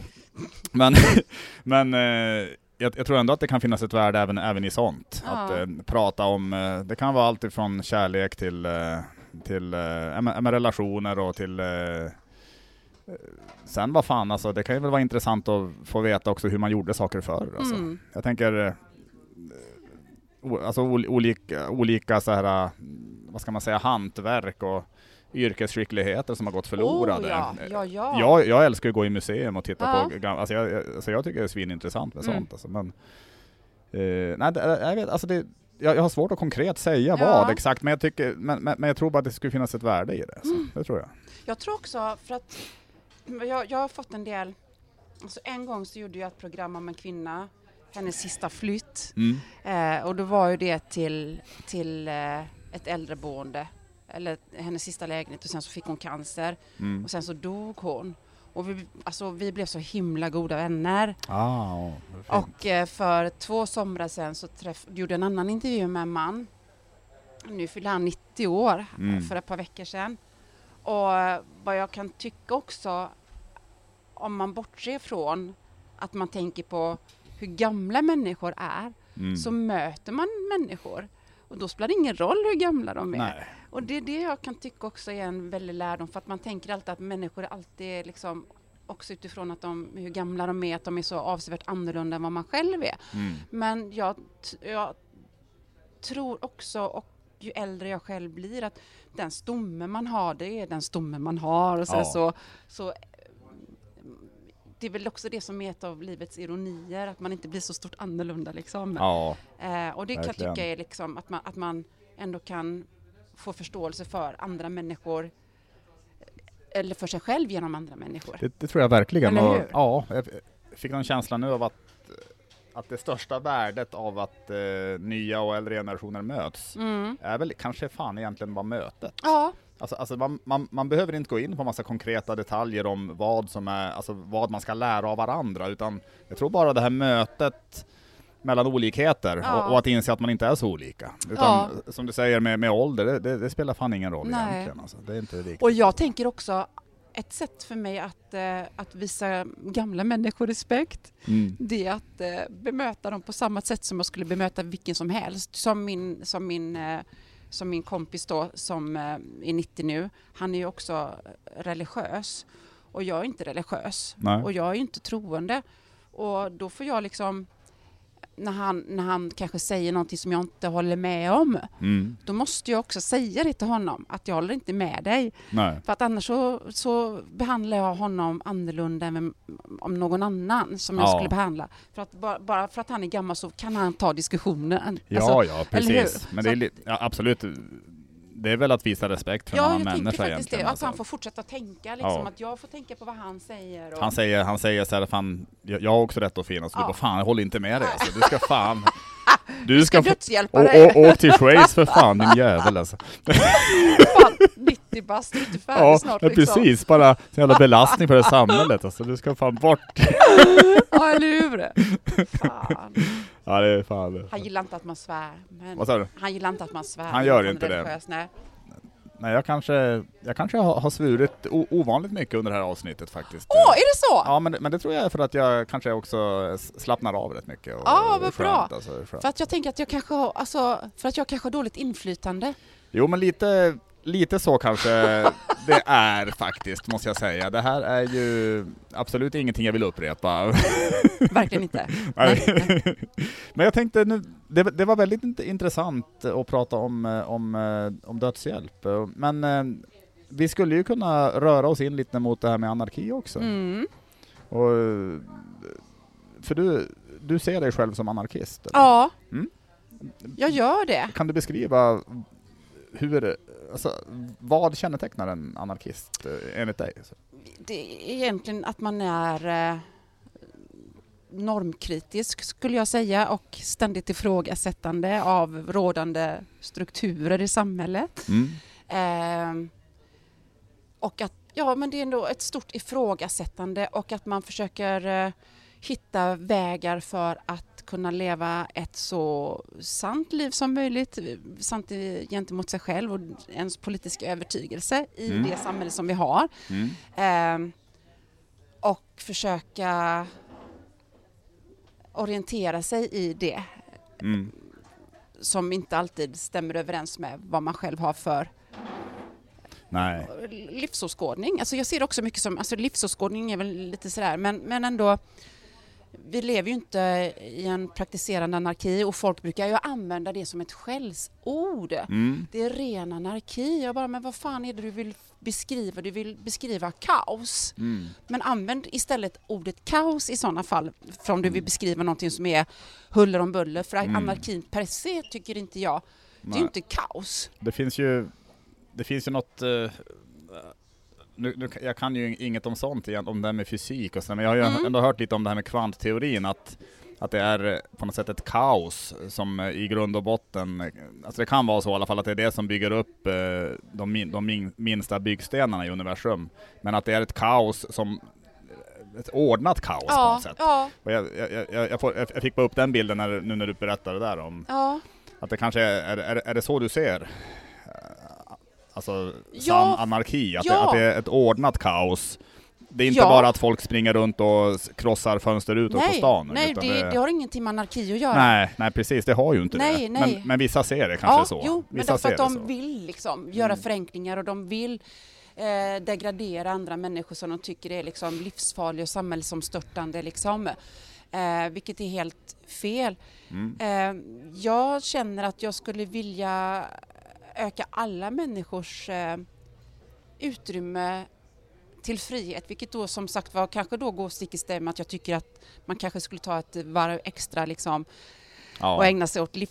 men jag tror ändå att det kan finnas ett värde även i sånt. Ja. Att prata om, det kan vara allt ifrån kärlek till relationer och till sen vad fan, alltså det kan ju väl vara intressant att få veta också hur man gjorde saker förr. Alltså. Jag tänker alltså olika så här, vad ska man säga, hantverk och yrkesskickligheter som har gått förlorade. Jag älskar att gå i museum och titta på, alltså jag tycker det är svinintressant med sånt. Alltså. Men nej, jag vet, alltså jag har svårt att konkret säga vad exakt, men jag tror bara att det skulle finnas ett värde i det. Så, det tror jag. Jag tror också, för att jag har fått en del, alltså en gång så gjorde jag ett program om en kvinna, hennes sista flytt. Och då var ju det till ett äldreboende, eller hennes sista lägenhet, och sen så fick hon cancer och sen så dog hon. Och vi blev så himla goda vänner. Och för 2 somrar sen så gjorde en annan intervju med en man. Nu fyllde han 90 år för ett par veckor sedan. Och vad jag kan tycka också, om man bortser från att man tänker på hur gamla människor är, så möter man människor. Och då spelar det ingen roll hur gamla de är. Nej. Och det är det jag kan tycka också är en väldigt lärdom. För att man tänker alltid att människor är alltid liksom, också utifrån att hur gamla de är, att de är så avsevärt annorlunda än vad man själv är. Men jag tror också, och ju äldre jag själv blir, att den stomme man har, det är den stomme man har. Och så det är väl också det som är ett av livets ironier, att man inte blir så stort annorlunda liksom. Ja, och det kan jag tycka är liksom att man ändå kan få förståelse för andra människor eller för sig själv genom andra människor. Det tror jag verkligen. Eller hur? Ja, jag fick någon känsla nu av att det största värdet av att nya och äldre generationer möts är väl kanske fan egentligen bara mötet. Ja. Alltså man behöver inte gå in på massa konkreta detaljer om vad man ska lära av varandra, utan jag tror bara det här mötet mellan olikheter och att inse att man inte är så olika. Utan som du säger med ålder, det spelar fan ingen roll egentligen. Alltså. Det är inte viktigt. Och jag tänker också, ett sätt för mig att visa gamla människor respekt, det är att bemöta dem på samma sätt som jag skulle bemöta vilken som helst. Som min kompis då, som är 90 nu, han är ju också religiös. Och jag är inte religiös. Nej. Och jag är inte troende. Och då får jag liksom, när han kanske säger någonting som jag inte håller med om, då måste jag också säga det till honom, att jag håller inte med dig. Nej. För att annars så behandlar jag honom annorlunda än om någon annan som jag skulle behandla. För att bara för att han är gammal så kan han ta diskussionen. Ja, precis. Men det är absolut. Det är väl att visa respekt för en annan människa egentligen. Ja, jag tänker faktiskt det. Att han får fortsätta tänka, liksom, att jag får tänka på vad han säger. Och... Han säger så här, fan, jag har också rätt att finnas. Du bara, fan, jag håller inte med dig. Alltså. Du ska fan... Du ska dödshjälpa dig. Åk till Schweiz för fan, din jävel alltså. Fan, 90 bast, inte färdig snart. Ja, precis. Liksom. Bara en jävla belastning på det samhället. Alltså. Du ska fan bort. Ja, eller hur? Fan. Ja, det är fan. Han gillar inte att man svär. Men vad sa du? Han gillar inte att man svär. Han gör inte det. Nej, jag kanske har svurit ovanligt mycket under det här avsnittet faktiskt. Är det så? Ja, men det tror jag är för att jag kanske också slappnar av rätt mycket. Vad bra. Alltså, för att jag tänker att jag kanske har dåligt inflytande. Jo, men lite så kanske det är faktiskt, måste jag säga. Det här är ju absolut ingenting jag vill upprepa. Verkligen inte. Nej. Men jag tänkte nu, det var väldigt intressant att prata om dödshjälp. Men vi skulle ju kunna röra oss in lite mot det här med anarki också. Och, för du ser dig själv som anarkist? Eller? Ja, jag gör det. Kan du beskriva vad kännetecknar en anarkist enligt dig? Det är egentligen att man är normkritisk, skulle jag säga, och ständigt ifrågasättande av rådande strukturer i samhället. Och att men det är ändå ett stort ifrågasättande, och att man försöker hitta vägar för att kunna leva ett så sant liv som möjligt, sant gentemot sig själv och ens politiska övertygelse i det samhälle som vi har. Och försöka orientera sig i det som inte alltid stämmer överens med vad man själv har för livsåskådning. Alltså jag ser också mycket som, livsåskådning är väl lite sådär, men ändå, vi lever ju inte i en praktiserande anarki, och folk brukar ju använda det som ett skällsord. Det är ren anarki. Jag bara, men vad fan är det du vill beskriva? Du vill beskriva kaos. Men använd istället ordet kaos i sådana fall, för om du vill beskriva någonting som är huller om buller. För anarkin per se tycker inte jag. Det är ju inte kaos. Det finns ju något... Nu, jag kan ju inget om sånt igen, om det här med fysik och så, men jag har ju ändå hört lite om det här med kvantteorin, att det är på något sätt ett kaos som i grund och botten, alltså det kan vara så i alla fall, att det är det som bygger upp de minsta byggstenarna i universum, men att det är ett kaos som ett ordnat kaos på något sätt. Och jag fick bara upp den bilden när du berättade där om att det kanske är det så du ser? Alltså anarki, att det är ett ordnat kaos. Det är inte bara att folk springer runt och krossar fönsterrutor på stan. Nej, det har ingenting med anarki att göra. Nej, precis, det har ju inte det. Men vissa ser det kanske så. Jo, men därför att de vill liksom göra förenklingar, och de vill degradera andra människor som de tycker är liksom livsfarliga och samhällsomstörtande liksom. Vilket är helt fel. Jag känner att jag skulle vilja öka alla människors utrymme till frihet, vilket då som sagt var kanske då går stick i stäv med att jag tycker att man kanske skulle ta ett varv extra liksom, och ägna sig åt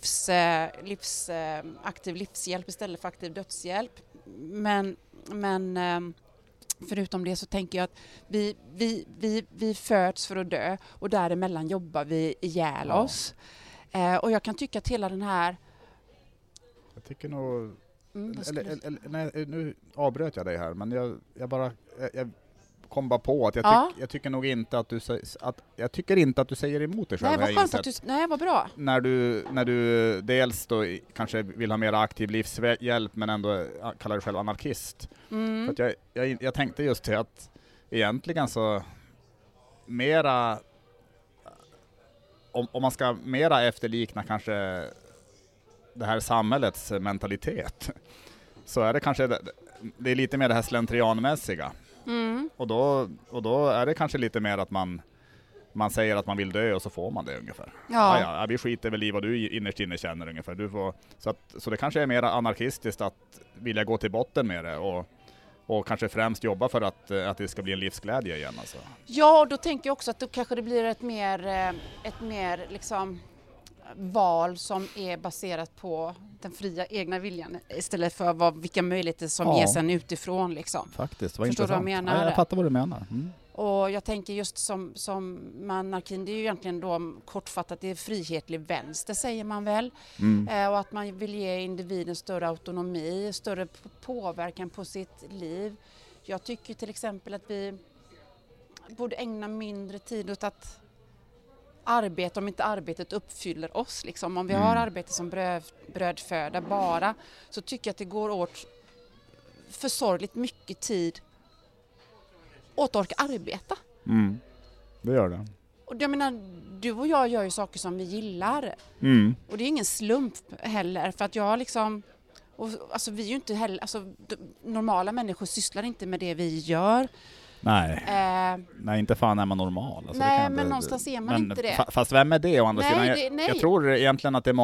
aktiv livshjälp istället för aktiv dödshjälp. Men förutom det så tänker jag att vi föds för att dö och däremellan jobbar vi ihjäl oss. Och jag kan tycka att hela den här... Jag tycker nog... nej, nu avbröt jag dig här, men jag kom bara på att jag tycker nog inte att jag tycker inte att du säger emot dig själv. Nej, vad skönt nej, vad bra. När du dels då kanske vill ha mer aktiv livshjälp men ändå kallar dig själv anarkist. För att jag tänkte just till att egentligen så mera om man ska mera efterlikna kanske det här samhällets mentalitet, så är det kanske det är lite mer det här slentrianmässiga. Och då är det kanske lite mer att man säger att man vill dö och så får man det ungefär. Ja, vi skiter väl i vad du innerst inne känner ungefär. Så det kanske är mer anarkistiskt att vilja gå till botten med det och kanske främst jobba för att det ska bli en livsglädje igen. Alltså. Ja, då tänker jag också att då kanske det blir ett mer liksom val som är baserat på den fria egna viljan istället för vilka möjligheter som ges en utifrån. Liksom. Faktiskt, vad förstår intressant. Du vad jag menar? Ja, jag fattar vad du menar. Och jag tänker just som anarkin, det är ju egentligen då kortfattat, det är frihetlig vänster säger man väl. Och att man vill ge individen större autonomi, större påverkan på sitt liv. Jag tycker till exempel att vi borde ägna mindre tid åt att arbeta om inte arbetet uppfyller oss. Liksom. Om vi har arbete som brödföda bara, så tycker jag att det går åt för sorgligt mycket tid åt att orka arbeta. Det gör det. Och jag menar, du och jag gör ju saker som vi gillar. Och det är ingen slump heller, för att jag liksom... alltså vi är ju inte heller... Alltså, normala människor sysslar inte med det vi gör. Nej, nej, inte fan är man normal. Alltså, nej, men någonstans är man inte det. Fast vem är det å andra sidan? Jag tror egentligen att det är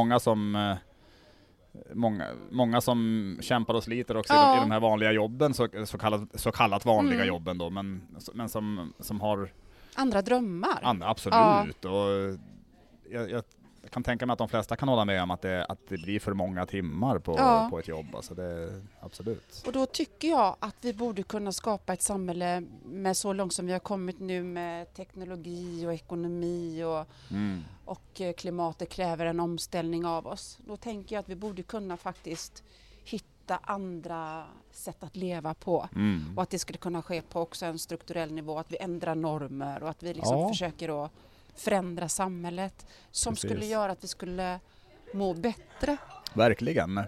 många som kämpar och sliter också i de här vanliga jobben, så kallat vanliga jobben då, men som har andra drömmar. Absolut. Och jag kan tänka mig att de flesta kan hålla med om att det blir för många timmar på ett jobb. Alltså det, absolut. Och då tycker jag att vi borde kunna skapa ett samhälle med så långt som vi har kommit nu med teknologi och ekonomi och klimatet kräver en omställning av oss. Då tänker jag att vi borde kunna faktiskt hitta andra sätt att leva på. Och att det skulle kunna ske på också en strukturell nivå. Att vi ändrar normer och att vi liksom försöker att förändra samhället som skulle göra att vi skulle må bättre. Verkligen.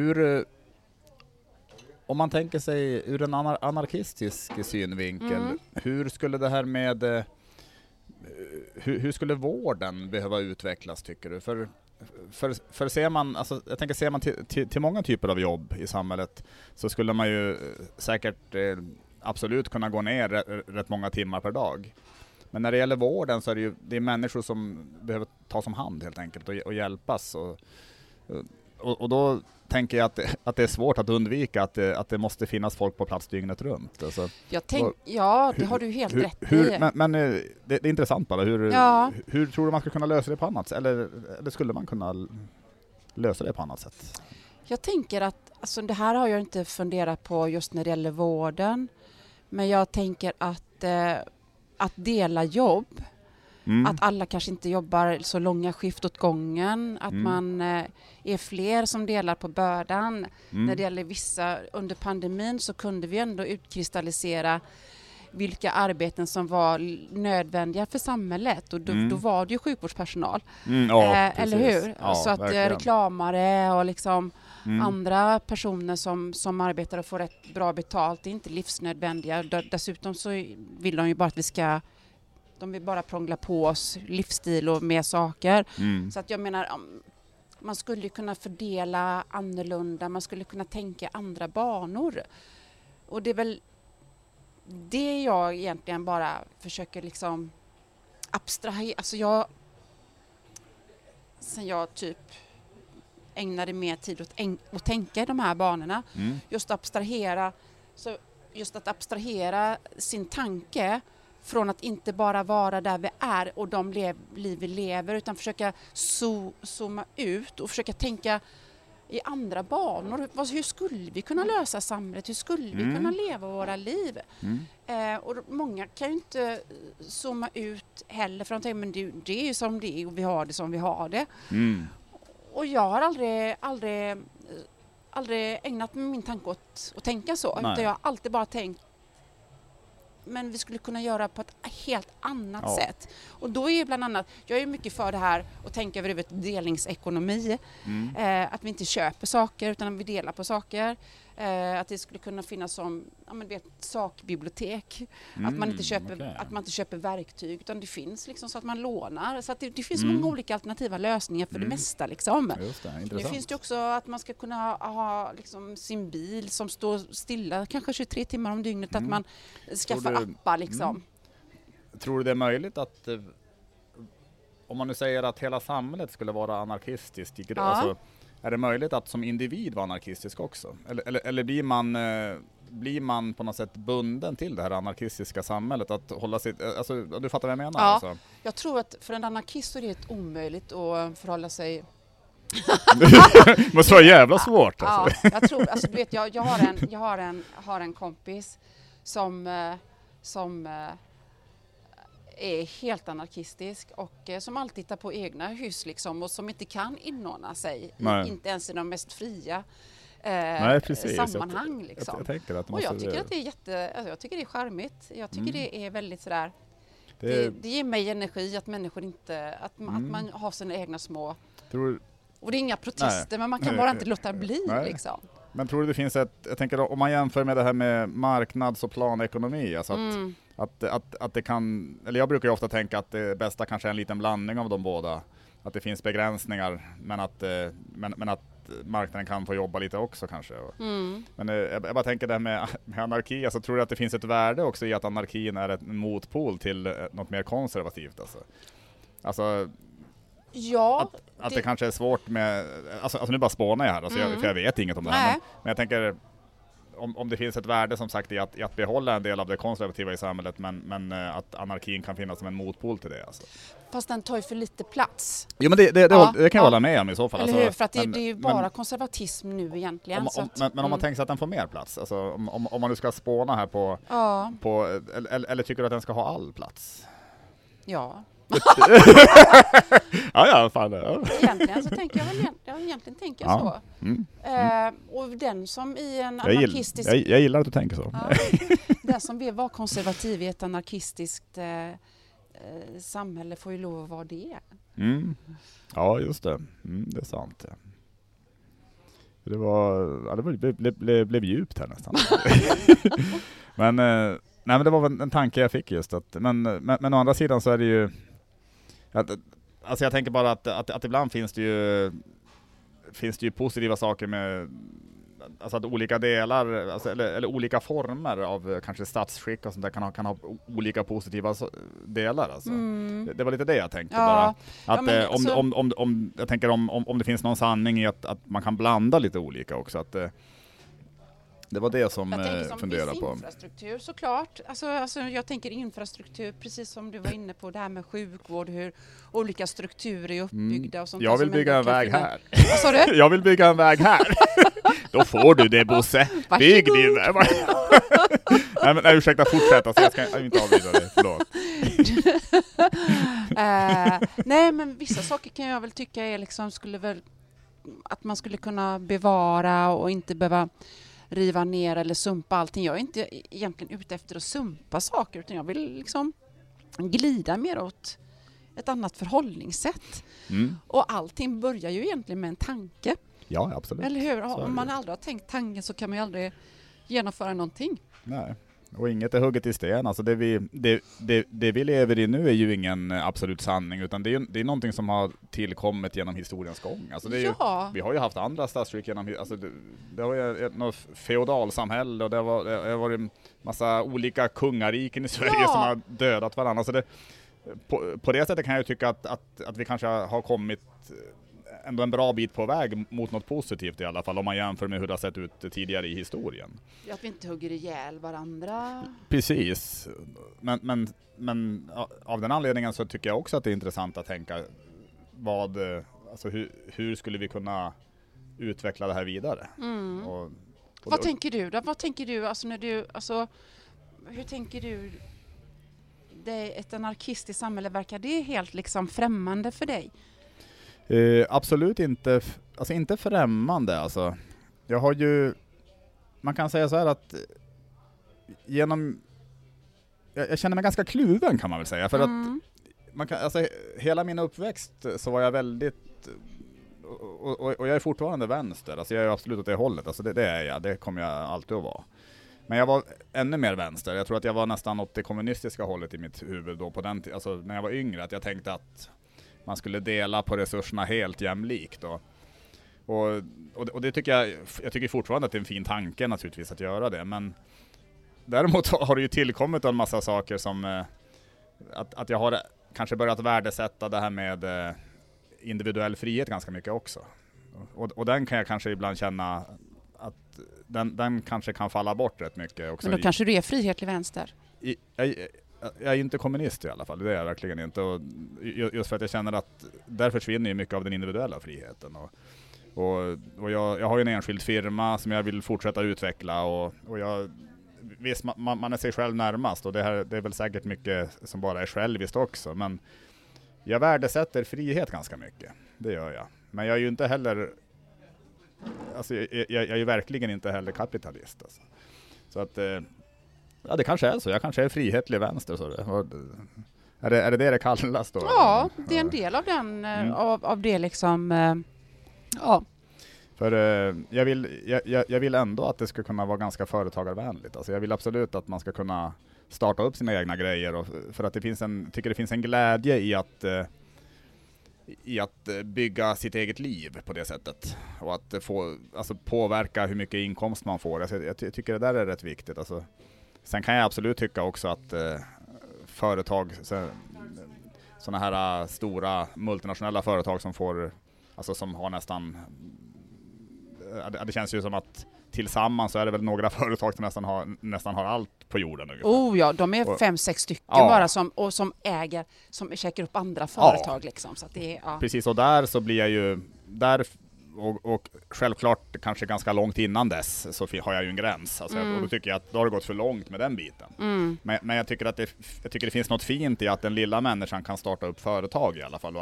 Om man tänker sig ur en anarkistisk synvinkel, hur skulle det här med hur skulle vården behöva utvecklas, tycker du? För ser man, alltså jag tänker, ser man till många typer av jobb i samhället, så skulle man ju säkert absolut kunna gå ner rätt många timmar per dag. Men när det gäller vården så är det är människor som behöver tas om hand helt enkelt och hjälpas. Och då tänker jag att det är svårt att undvika att det måste finnas folk på plats dygnet runt. Alltså, det har du helt rätt i. Men det är intressant bara. Hur tror du man ska kunna lösa det på annat sätt? Eller skulle man kunna lösa det på annat sätt? Jag tänker att, alltså det här har jag inte funderat på just när det gäller vården. Men jag tänker att dela jobb, att alla kanske inte jobbar så långa skift åt gången, att man är fler som delar på bördan. När det gäller vissa, under pandemin så kunde vi ändå utkristallisera vilka arbeten som var nödvändiga för samhället, och då var det ju sjukvårdspersonal. Eller hur? Ja, så att reklamare och liksom andra personer som arbetar och får rätt bra betalt är inte livsnödvändiga. Dessutom så vill de ju bara att de vill bara prångla på oss livsstil och mer saker. Så att jag menar, man skulle kunna fördela annorlunda, man skulle kunna tänka andra banor. Och det är väl det jag egentligen bara försöker liksom abstrahera. Alltså sen jag typ ägnade mer tid åt att tänka i de här banorna, just abstrahera, så just att abstrahera sin tanke från att inte bara vara där vi är och de liv vi lever, utan försöka zooma ut och försöka tänka i andra banor. Hur skulle vi kunna lösa samhället? Hur skulle vi kunna leva våra liv? Och många kan ju inte zooma ut heller, för de tänker, men det är ju som det är och vi har det som vi har det. Och jag har aldrig ägnat min tanke åt att tänka så. Utan jag har alltid bara tänkt, men vi skulle kunna göra på ett helt annat sätt. Och då är bland annat, jag är mycket för det här att tänka över delningsekonomi. Att vi inte köper saker utan att vi delar på saker. Att det skulle kunna finnas som sakbibliotek. Att man inte köper verktyg, utan det finns liksom så att man lånar. Så att det finns många olika alternativa lösningar för det mesta. Liksom. Just det, nu finns det också att man ska kunna ha liksom sin bil som står stilla kanske 23 timmar om dygnet. Att man skaffar appar. Liksom. Tror du det är möjligt att, om man nu säger att hela samhället skulle vara anarkistiskt, alltså, är det möjligt att som individ vara anarkistisk också? Eller blir man på något sätt bunden till det här anarkistiska samhället? Att hålla sitt, alltså, du fattar vad jag menar? Ja, alltså. Jag tror att för en anarkist är det omöjligt att förhålla sig. Det måste vara jävla svårt. Alltså. Ja, jag tror, alltså, du vet, jag har en kompis som är helt anarkistisk och som alltid tittar på egna hus liksom, och som inte kan inordna sig inte ens i de mest fria sammanhang. Liksom. Jag tänker att och jag tycker att det är jag tycker det är charmigt. Jag tycker det är väldigt sådär, det ger mig energi att människor inte, att man har sina egna små, och det är inga protester, men man kan bara inte låta bli liksom. Men tror du det finns jag tänker om man jämför med det här med marknads- och planekonomi, alltså att det kan, eller jag brukar ju ofta tänka att det bästa kanske är en liten blandning av de båda, att det finns begränsningar men att marknaden kan få jobba lite också kanske. Men jag bara tänker det här med anarki, alltså tror du att det finns ett värde också i att anarkin är en motpol till något mer konservativt alltså ja, att det kanske är svårt med, alltså nu bara spånar jag här, alltså för jag vet inget om det här, men jag tänker om det finns ett värde som sagt i att behålla en del av det konservativa i samhället, men att anarkin kan finnas som en motpol till det. Alltså. Fast den tar ju för lite plats. Jo, men det kan jag hålla med om i så fall. Eller hur? För att det är ju bara konservatism nu egentligen. Men om man tänker sig att den får mer plats, alltså, om man nu ska spåna här på eller tycker du att den ska ha all plats? Ja. ja, fan. Ja. Egentligen så tänker jag så. Och den som i en anarkistisk... Jag gillar att du tänker så. Ja, den som vill vara konservativ i ett anarkistiskt samhälle får ju lov att vara det. Ja, just det. Det är sant. Ja. Det blev djupt här nästan. men det var en tanke jag fick just att, men å andra sidan så är det ju alltså jag tänker bara att ibland finns det ju positiva saker med, alltså att olika delar, alltså, eller olika former av kanske statsskick och sånt där kan ha olika positiva delar alltså. Det var lite det jag tänkte bara. Att jag tänker om det finns någon sanning i att man kan blanda lite olika också, att det var det som jag funderade på. Infrastruktur såklart. Alltså jag tänker infrastruktur, precis som du var inne på, det här med sjukvård, hur olika strukturer är uppbyggda och sånt. Jag vill bygga en väg här. Vad sa du? Jag vill bygga en väg här. Då får du det, Bosse. Bygg din väg. Nej, ursäkta, fortsätta så jag ska inte avbryta dig. Förlåt. Nej, men vissa saker kan jag väl tycka är liksom, att man skulle kunna bevara och inte behöva riva ner eller sumpa allting. Jag är inte egentligen ute efter att sumpa saker, utan jag vill liksom glida mer åt ett annat förhållningssätt. Och allting börjar ju egentligen med en tanke. Ja, absolut. Eller hur? Om man aldrig har tänkt tanken så kan man ju aldrig genomföra någonting. Nej. Och inget är hugget i sten. Alltså det vi lever i nu är ju ingen absolut sanning, utan det är någonting som har tillkommit genom historiens gång. Alltså det är vi har ju haft andra statsskick genom, alltså det har ju något feodalsamhälle och det har varit en massa olika kungariken i Sverige som har dödat varandra. Så på det sättet kan jag ju tycka att vi kanske har kommit ändå en bra bit på väg mot något positivt i alla fall, om man jämför med hur det har sett ut tidigare i historien. Att vi inte hugger ihjäl varandra. Precis, men av den anledningen så tycker jag också att det är intressant att tänka alltså hur skulle vi kunna utveckla det här vidare. Vad tänker du då? Vad tänker du, alltså hur tänker du ett anarkistiskt samhälle, verkar det helt liksom främmande för dig? Absolut inte, alltså inte främmande alltså. Jag har ju, man kan säga så här att jag känner mig ganska kluven kan man väl säga, för att hela min uppväxt så var jag väldigt, och jag är fortfarande vänster, alltså jag är absolut åt det hållet, alltså det är jag, det kommer jag alltid att vara. Men jag var ännu mer vänster. Jag tror att jag var nästan åt det kommunistiska hållet i mitt huvud då på den tiden, alltså när jag var yngre, att jag tänkte att man skulle dela på resurserna helt jämlikt då. Och det tycker jag tycker fortfarande att det är en fin tanke naturligtvis att göra det, men däremot har det ju tillkommit en massa saker som att jag har kanske börjat värdesätta det här med individuell frihet ganska mycket också. Och den kan jag kanske ibland känna att den kanske kan falla bort rätt mycket också. Men då kanske du är frihetlig vänster? Jag är inte kommunist i alla fall, det är jag verkligen inte. Och just för att jag känner att där försvinner ju mycket av den individuella friheten. Och jag har ju en enskild firma som jag vill fortsätta utveckla. Och visst, man är sig själv närmast, och det är väl säkert mycket som bara är själviskt också. Men jag värdesätter frihet ganska mycket, det gör jag. Men jag är ju inte heller, alltså jag är ju verkligen inte heller kapitalist. Alltså. Så att, ja, det kanske är så. Jag kanske är frihetlig vänster. Så är det kallas då? Ja, det är en del av den, av det liksom, ja. För jag vill ändå att det ska kunna vara ganska företagarvänligt. Alltså jag vill absolut att man ska kunna starta upp sina egna grejer, och för att tycker det finns en glädje i att bygga sitt eget liv på det sättet, och att påverka hur mycket inkomst man får. Alltså jag tycker det där är rätt viktigt. Alltså, sen kan jag absolut tycka också att företag, sådana här stora multinationella företag som får, alltså som har nästan, det känns ju som att tillsammans så är det väl några företag som nästan har allt på jorden ungefär. Oh ja, de är 5-6 stycken bara som äger, som käkar upp andra företag liksom. Så att det är, Precis, och där så blir jag ju, och självklart kanske ganska långt innan dess så har jag ju en gräns. Alltså, och då tycker jag att då har det gått för långt med den biten. Men jag tycker att det finns något fint i att den lilla människan kan starta upp företag i alla fall.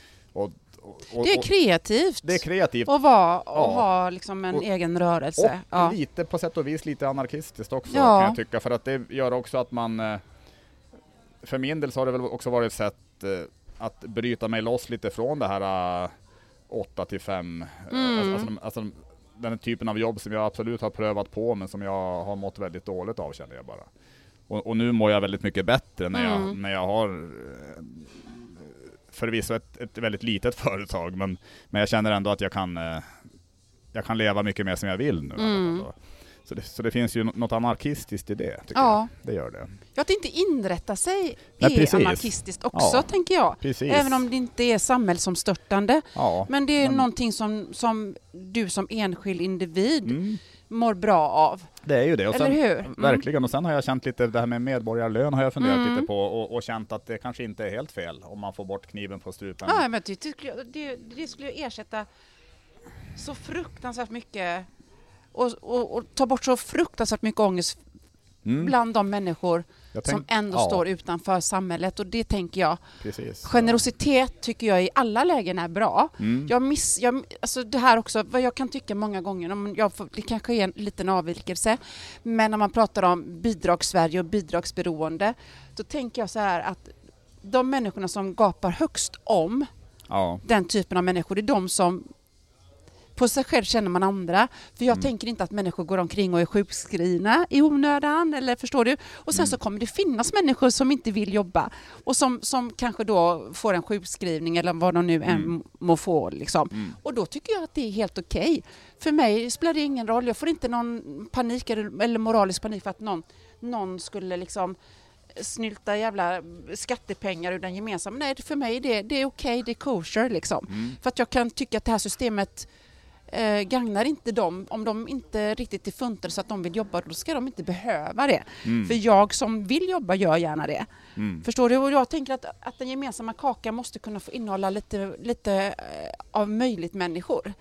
Det är kreativt. Det är kreativt. Och ha liksom en egen rörelse. Och lite på sätt och vis lite anarkistiskt också kan jag tycka. För att det gör också att man, för min del så har det väl också varit ett sätt att bryta mig loss lite från det här 8-5. Alltså den typen av jobb som jag absolut har prövat på, men som jag har mått väldigt dåligt av, känner jag bara. Och nu mår jag väldigt mycket bättre när jag har förvisso ett väldigt litet företag, men jag känner ändå att jag kan leva mycket mer som jag vill nu. Så det finns ju något anarkistiskt i det, tycker jag. Det gör det. Ja, att inte inrätta sig är anarkistiskt också, tänker jag. Precis. Även om det inte är samhällsomstörtande. Men det är någonting som du som enskild individ mår bra av. Det är ju det. Och eller sen, hur? Verkligen. Och sen har jag känt lite det här med medborgarlön har jag funderat lite på och känt att det kanske inte är helt fel om man får bort kniven på strupen. Ja, men det skulle ersätta så fruktansvärt mycket och ta bort så fruktansvärt mycket ångest bland de människor som ändå står utanför samhället. Och det tänker jag. Precis. Generositet tycker jag i alla lägen är bra. Alltså det här också, vad jag kan tycka många gånger, det kanske är en liten avvikelse, men när man pratar om bidragssverige och bidragsberoende, då tänker jag så här att de människorna som gapar högst om den typen av människor, det är de som på sig själv känner man andra. För jag tänker inte att människor går omkring och är sjukskrivna i onödan, eller förstår du? Och sen så kommer det finnas människor som inte vill jobba och som kanske då får en sjukskrivning eller vad de nu än må få liksom. Och då tycker jag att det är helt okej. För mig spelar det ingen roll. Jag får inte någon panik eller moralisk panik för att någon skulle liksom snylta jävla skattepengar ur den gemensamma. Nej, för mig det är okej, det är kosher liksom. För att jag kan tycka att det här systemet gagnar inte dem. Om de inte riktigt är funtade så att de vill jobba, då ska de inte behöva det. För jag som vill jobba gör gärna det. Förstår du? Och jag tänker att den gemensamma kakan måste kunna få innehålla lite av möjligt människor.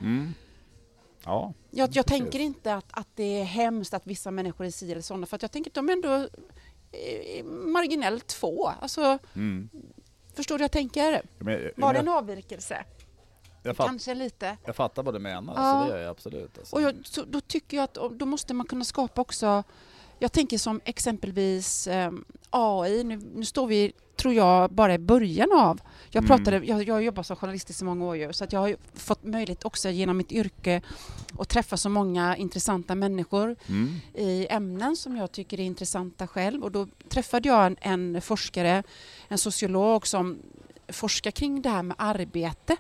Ja, jag tänker inte att det är hemskt att vissa människor är si eller sådana, för att jag tänker att de ändå är marginellt få. Alltså, förstår du jag tänker? Var det en avvikelse? Kanske lite. Jag fattar vad du menar, så det gör jag absolut. Alltså. Och då tycker jag att då måste man kunna skapa också, jag tänker som exempelvis AI, nu står vi, tror jag, bara i början av. Jag har jobbat som journalist i så många år ju, så att jag har fått möjlighet också genom mitt yrke att träffa så många intressanta människor i ämnen som jag tycker är intressanta själv. Och då träffade jag en forskare, en sociolog som forskar kring det här med arbete.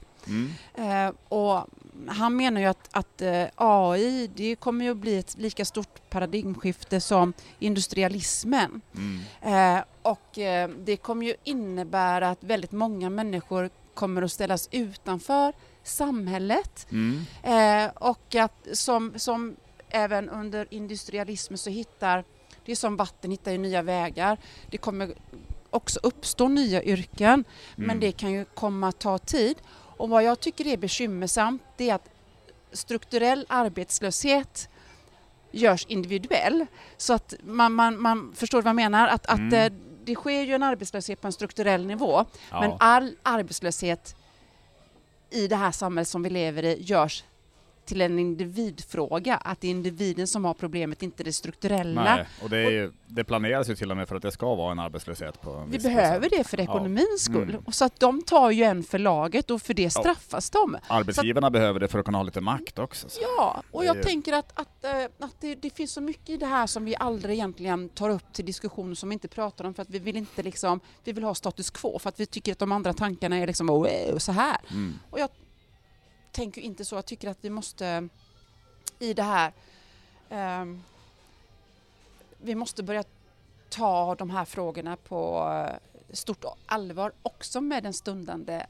Och han menar ju att AI, det kommer ju att bli ett lika stort paradigmskifte som industrialismen. Och det kommer ju innebära att väldigt många människor kommer att ställas utanför samhället. Och att som även under industrialismen så det är som vatten hittar ju nya vägar. Det kommer också uppstå nya yrken, men det kan ju komma att ta tid. Och vad jag tycker är bekymmersamt, det är att strukturell arbetslöshet görs individuell. Så att man förstår vad jag menar. Att det sker ju en arbetslöshet på en strukturell nivå. Ja. Men all arbetslöshet i det här samhället som vi lever i görs till en individfråga. Att det är individen som har problemet, inte det strukturella. Nej, och det planeras ju till och med för att det ska vara en arbetslöshet på en vi behöver det för ekonomins skull. Och så att de tar ju en för laget och för det straffas de. Arbetsgivarna behöver det för att kunna ha lite makt också. Så. Ja, och jag tänker att det finns så mycket i det här som vi aldrig egentligen tar upp till diskussion, som vi inte pratar om, för att vi vill inte vi vill ha status quo, för att vi tycker att de andra tankarna är liksom så här. Och jag tänker inte så. Jag tycker att vi måste i det här vi måste börja ta de här frågorna på stort allvar, också med den stundande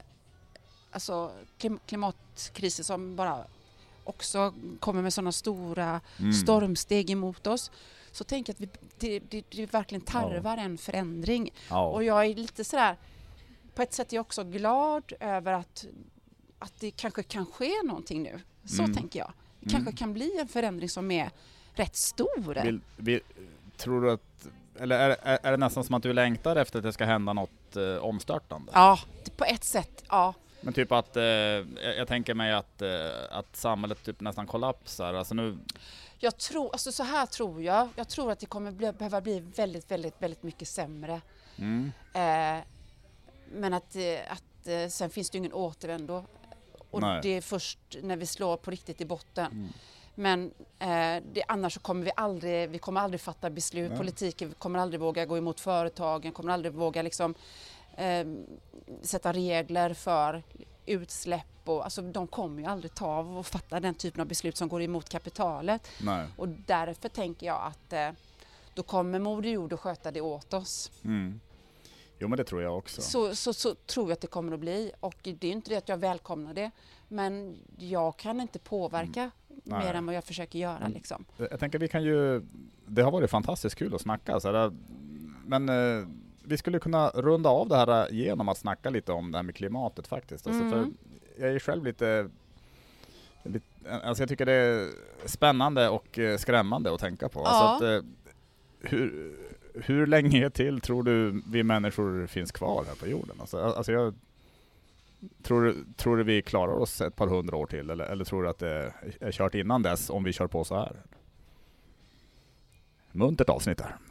klimatkrisen som bara också kommer med sådana stora stormsteg emot oss. Så tänker jag att det verkligen tarvar en förändring. Och jag är lite sådär, på ett sätt är jag också glad över att det kanske kan ske någonting nu. Så tänker jag. Det kanske kan bli en förändring som är rätt stor. Tror du att, eller är det nästan som att du längtar efter att det ska hända något omstörtande? Ja, på ett sätt, ja. Men typ att, jag tänker mig att samhället typ nästan kollapsar. Alltså nu... Jag tror, så här tror jag. Jag tror att det kommer behöva bli väldigt, väldigt, väldigt mycket sämre. Men att sen finns det ingen återvändo. Och det är först när vi slår på riktigt i botten. Men annars så kommer vi kommer aldrig fatta beslut. Politiken, vi kommer aldrig våga gå emot företagen, kommer aldrig våga sätta regler för utsläpp. Alltså, de kommer ju aldrig ta och fatta den typen av beslut som går emot kapitalet. Nej. Och därför tänker jag att då kommer Moder Jord att sköta det åt oss. Jo, men det tror jag också. Så tror jag att det kommer att bli. Och det är inte det att jag välkomnar det. Men jag kan inte påverka mer än vad jag försöker göra. Liksom. Jag tänker det har varit fantastiskt kul att snacka. Men vi skulle kunna runda av det här genom att snacka lite om det här med klimatet faktiskt. Alltså, för jag är själv lite alltså jag tycker det är spännande och skrämmande att tänka på. Alltså att, hur länge till tror du vi människor finns kvar här på jorden? Alltså jag tror du vi klarar oss ett par 100 år till, eller tror du att det är kört innan dess om vi kör på så här? Muntert avsnitt här.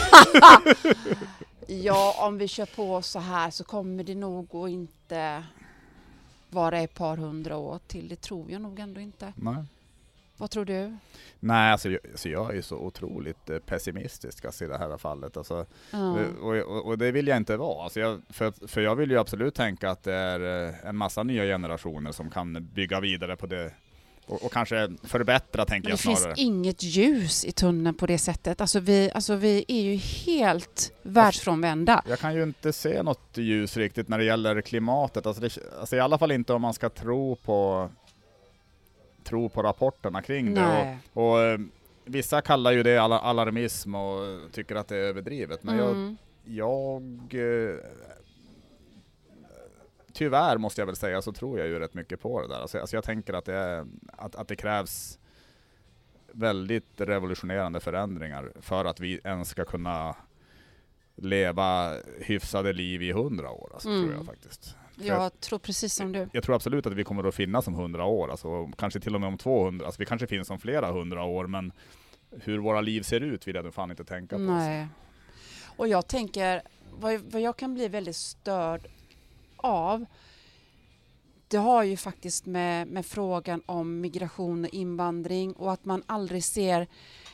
Ja, om vi kör på så här så kommer det nog att inte vara ett par 100 år till. Det tror jag nog ändå inte. Nej. Vad tror du? Nej, alltså jag är så otroligt pessimistisk i det här fallet. Alltså, och det vill jag inte vara. Alltså för jag vill ju absolut tänka att det är en massa nya generationer som kan bygga vidare på det Och kanske förbättra, tänker jag snarare. Det finns inget ljus i tunneln på det sättet. Alltså vi är ju helt världsfrånvända. Jag kan ju inte se något ljus riktigt när det gäller klimatet. Alltså i alla fall inte om man ska tro på rapporterna kring det. Och vissa kallar ju det alarmism och tycker att det är överdrivet. Men jag tyvärr måste jag väl säga, så tror jag ju rätt mycket på det där. Alltså jag tänker att det krävs väldigt revolutionerande förändringar för att vi ens ska kunna leva hyfsade liv i 100 år. Alltså, tror jag faktiskt. Jag tror precis som du. Jag tror absolut att vi kommer att finnas om 100 år. Alltså, kanske till och med om 200. Alltså, vi kanske finns om flera 100 år. Men hur våra liv ser ut vill jag fan inte tänka på. Nej. Och jag tänker, vad jag kan bli väldigt störd av, det har ju faktiskt med frågan om migration och invandring, och att man aldrig ser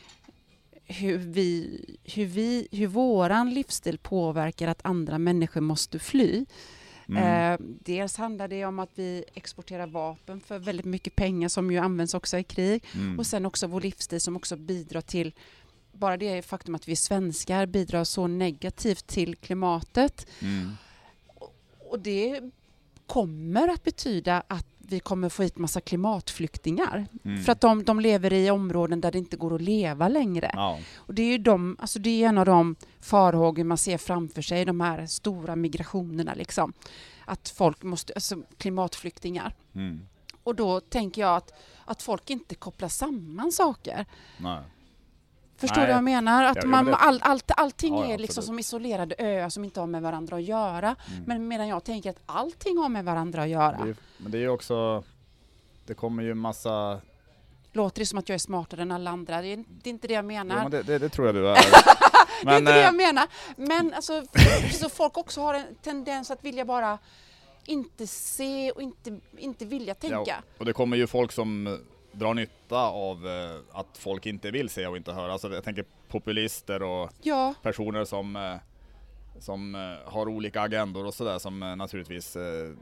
hur våran livsstil påverkar att andra människor måste fly. Dels handlar det om att vi exporterar vapen för väldigt mycket pengar som ju används också i krig. Och sen också vår livsstil som också bidrar till, bara det faktum att vi svenskar bidrar så negativt till klimatet. Och det kommer att betyda att vi kommer få hit massa klimatflyktingar. För att de lever i områden där det inte går att leva längre. Ja. Och det är ju det är en av de farhågor man ser framför sig, de här stora migrationerna liksom. Att folk måste, alltså klimatflyktingar. Och då tänker jag att folk inte kopplar samman saker. Nej. Förstår du vad jag menar? Att allting är liksom som isolerade öar som inte har med varandra att göra. Men medan jag tänker att allting har med varandra att göra. Men det är ju också, det kommer ju massa... Låter det som att jag är smartare än alla andra? Det är inte det jag menar. Jo, men det tror jag du är. Det är inte det jag menar. Men alltså, så folk också har en tendens att vilja bara inte se och inte vilja tänka. Ja, och det kommer ju folk som drar nytta av att folk inte vill se och inte höra. Alltså jag tänker populister och personer som har olika agendor och sådär, som naturligtvis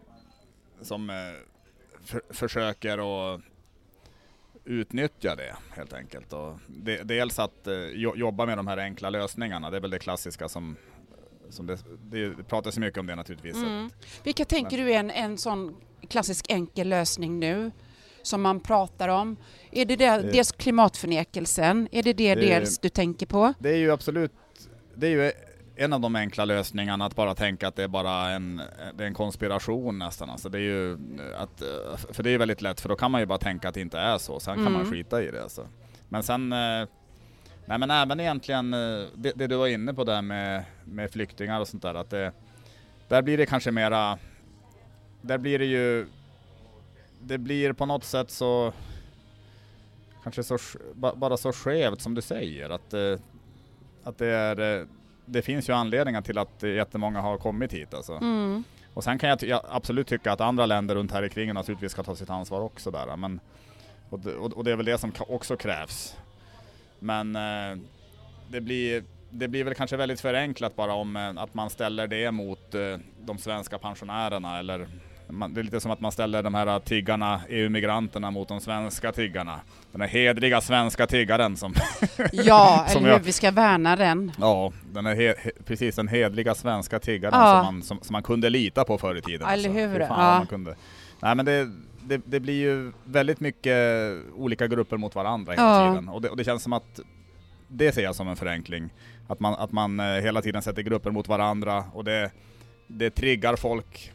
försöker att utnyttja det helt enkelt. Och dels att jobba med de här enkla lösningarna, det är väl det klassiska som det pratas så mycket om det naturligtvis. Vilka tänker du är en sån klassisk enkel lösning nu som man pratar om? Är det dels klimatförnekelsen? Är det dels du tänker på? Det är ju absolut, det är ju en av de enkla lösningarna, att bara tänka att det är bara det är en konspiration nästan. Alltså det är ju för det är väldigt lätt, för då kan man ju bara tänka att det inte är så. Sen kan man skita i det. Alltså. Men sen, nej men även egentligen det du var inne på där med flyktingar och sånt där, att där blir det kanske mera, där blir det ju, det blir på något sätt så kanske bara så skevt som du säger, att det finns ju anledningar till att jättemånga har kommit hit alltså. Och sen kan jag absolut tycka att andra länder runt här i kring naturligtvis ska ta sitt ansvar också där, men och det är väl det som också krävs. Men det blir väl kanske väldigt förenklat bara om att man ställer det mot de svenska pensionärerna, eller det är lite som att man ställer de här tiggarna, EU-migranterna, mot de svenska tiggarna. Den här hedliga svenska tiggaren som... Ja, som eller hur vi ska värna den. Ja, den är precis den hedliga svenska tiggaren som man kunde lita på förr i tiden. Eller hur? Man kunde. Nej, men det blir ju väldigt mycket olika grupper mot varandra hela tiden. Och det känns som att det ser jag som en förenkling. Att man hela tiden sätter grupper mot varandra, och det triggar folk.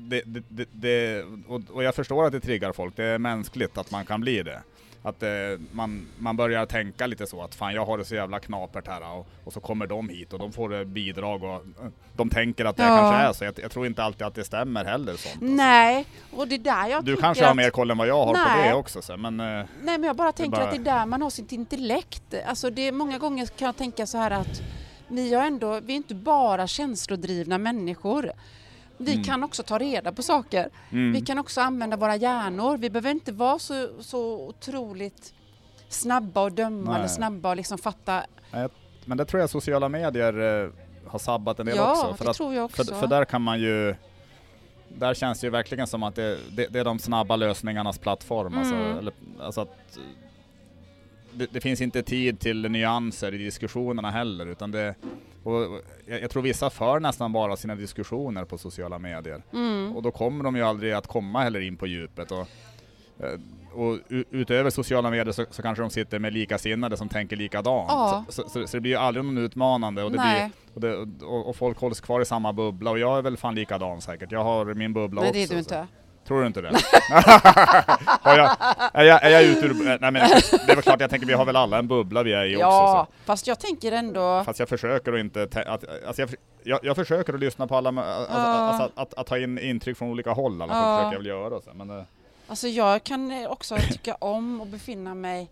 Och jag förstår att det triggar folk. Det är mänskligt att man kan bli det. Att man börjar tänka lite så att fan, jag har det så jävla knapert här, och så kommer de hit och de får bidrag och de tänker att det kanske är så. Jag tror inte alltid att det stämmer heller sånt. Nej, och det där jag du kanske har mer koll än vad jag har på det också så, men nej, men jag bara tänker att det är där man har sitt intellekt. Alltså det många gånger kan jag tänka så här att vi är inte bara känslodrivna människor. Vi kan också ta reda på saker. Vi kan också använda våra hjärnor. Vi behöver inte vara så otroligt snabba och döma eller snabba och liksom fatta. Men det tror jag sociala medier har sabbat en del också. Ja, det tror jag också. För där kan man ju där känns det ju verkligen som att det är de snabba lösningarnas plattform. Alltså att det finns inte tid till nyanser i diskussionerna heller, utan jag tror vissa för nästan bara sina diskussioner på sociala medier. Och då kommer de ju aldrig att komma heller in på djupet. Och utöver sociala medier så kanske de sitter med likasinnade som tänker likadant. Ja. Så det blir ju aldrig någon utmanande. Och folk hålls kvar i samma bubbla. Och jag är väl fan likadan säkert. Jag har min bubbla också. Nej, det är du inte. Tror du inte det? är jag ute ur... Nej, men det är väl klart, jag tänker vi har väl alla en bubbla vi är i också. Ja, fast jag tänker ändå... Fast jag försöker att inte... Jag försöker att lyssna på alla... Att ta in intryck från olika håll. Alla försöker jag väl göra. Så. Men, alltså jag kan också tycka om att befinna mig...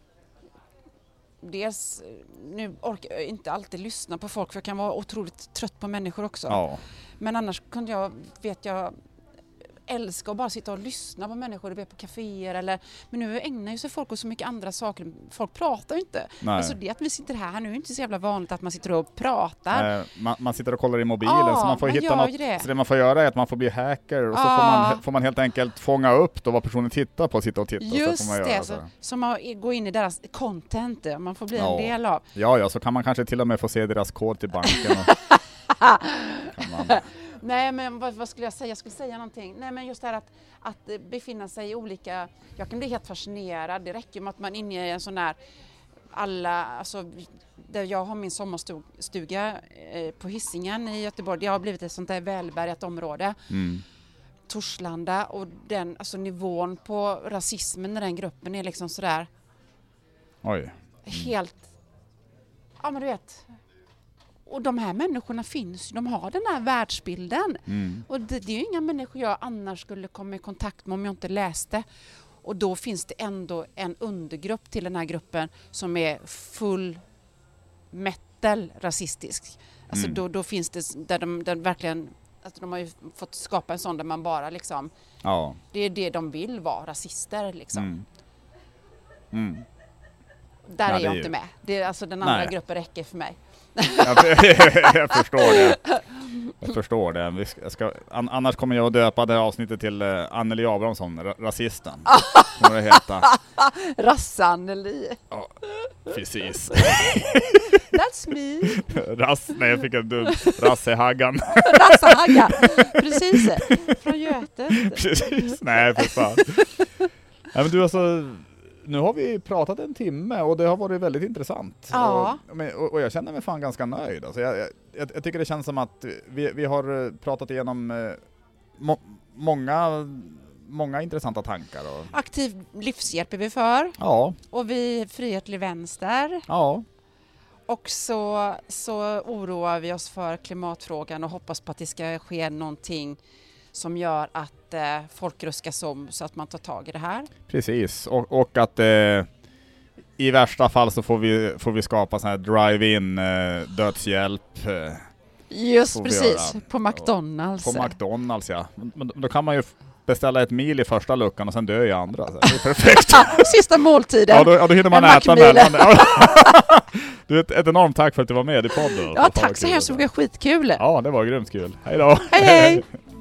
Dels, nu orkar jag inte alltid lyssna på folk, för jag kan vara otroligt trött på människor också. Ja. Men annars kunde jag älskar att bara sitta och lyssna på människor, det är på kaféer men nu ägnar ju sig folk åt så mycket andra saker. Folk pratar ju inte. Alltså det att vi sitter här nu är inte så jävla vanligt att man sitter och pratar. Man sitter och kollar i mobilen, så man får hitta något. Det. Så det man får göra är att man får bli hacker och så får man helt enkelt fånga upp då vad personen tittar på, sitta och titta. Just så får man det, göra så man går in i deras content, man får bli en del av. Ja, så kan man kanske till och med få se deras kod till banken. Nej, men vad skulle jag säga? Jag skulle säga någonting. Nej, men just det här att befinna sig i olika... Jag kan bli helt fascinerad. Det räcker med att man är inne i en sån här... Alltså, där jag har min sommarstuga på Hisingen i Göteborg. Det har blivit ett sånt där välbärgat område. Torslanda. Och alltså nivån på rasismen i den gruppen är liksom sådär... Oj. Helt... Ja, men du vet... Och de här människorna finns, de har den här världsbilden. Och det är ju inga människor jag annars skulle komma i kontakt med om jag inte läste. Och då finns det ändå en undergrupp till den här gruppen som är full metal rasistisk. Alltså då finns det där verkligen, alltså de har ju fått skapa en sån där man bara liksom, det är det de vill vara, rasister liksom. Där är jag inte med. Det är, alltså den andra gruppen räcker för mig. Jag förstår det. Annars kommer jag att döpa det avsnittet till Anneli Abrahamsson, rasisten. Kommer det heta. Rass-Anneli. Ja, precis. That's me. Nej, jag fick en dum. Rassehaggan. Rassehaggan. Precis. Från Götet. Precis. Nej, för fan. Nej, men du, alltså... Nu har vi pratat en timme och det har varit väldigt intressant. Ja. Och jag känner mig fan ganska nöjd. Alltså jag tycker det känns som att vi har pratat igenom många intressanta tankar. Aktiv livshjälp är vi för. Ja. Och vi är frihet till vänster. Ja. Och så oroar vi oss för klimatfrågan och hoppas på att det ska ske någonting som gör att folk ruskas om så att man tar tag i det här. Precis, och att i värsta fall så får vi skapa sån här drive-in dödshjälp. Just precis, på McDonalds. På McDonalds, ja. Men då kan man ju beställa ett mil i första luckan och sen dö i andra. Så det är perfekt. Sista måltiden. Ja, då hinner man äta mellan. Du, ett enormt tack för att du var med i podden. Ja, tack så här, så var skitkul. Ja, det var grymt kul. Hej då. Hej, hej.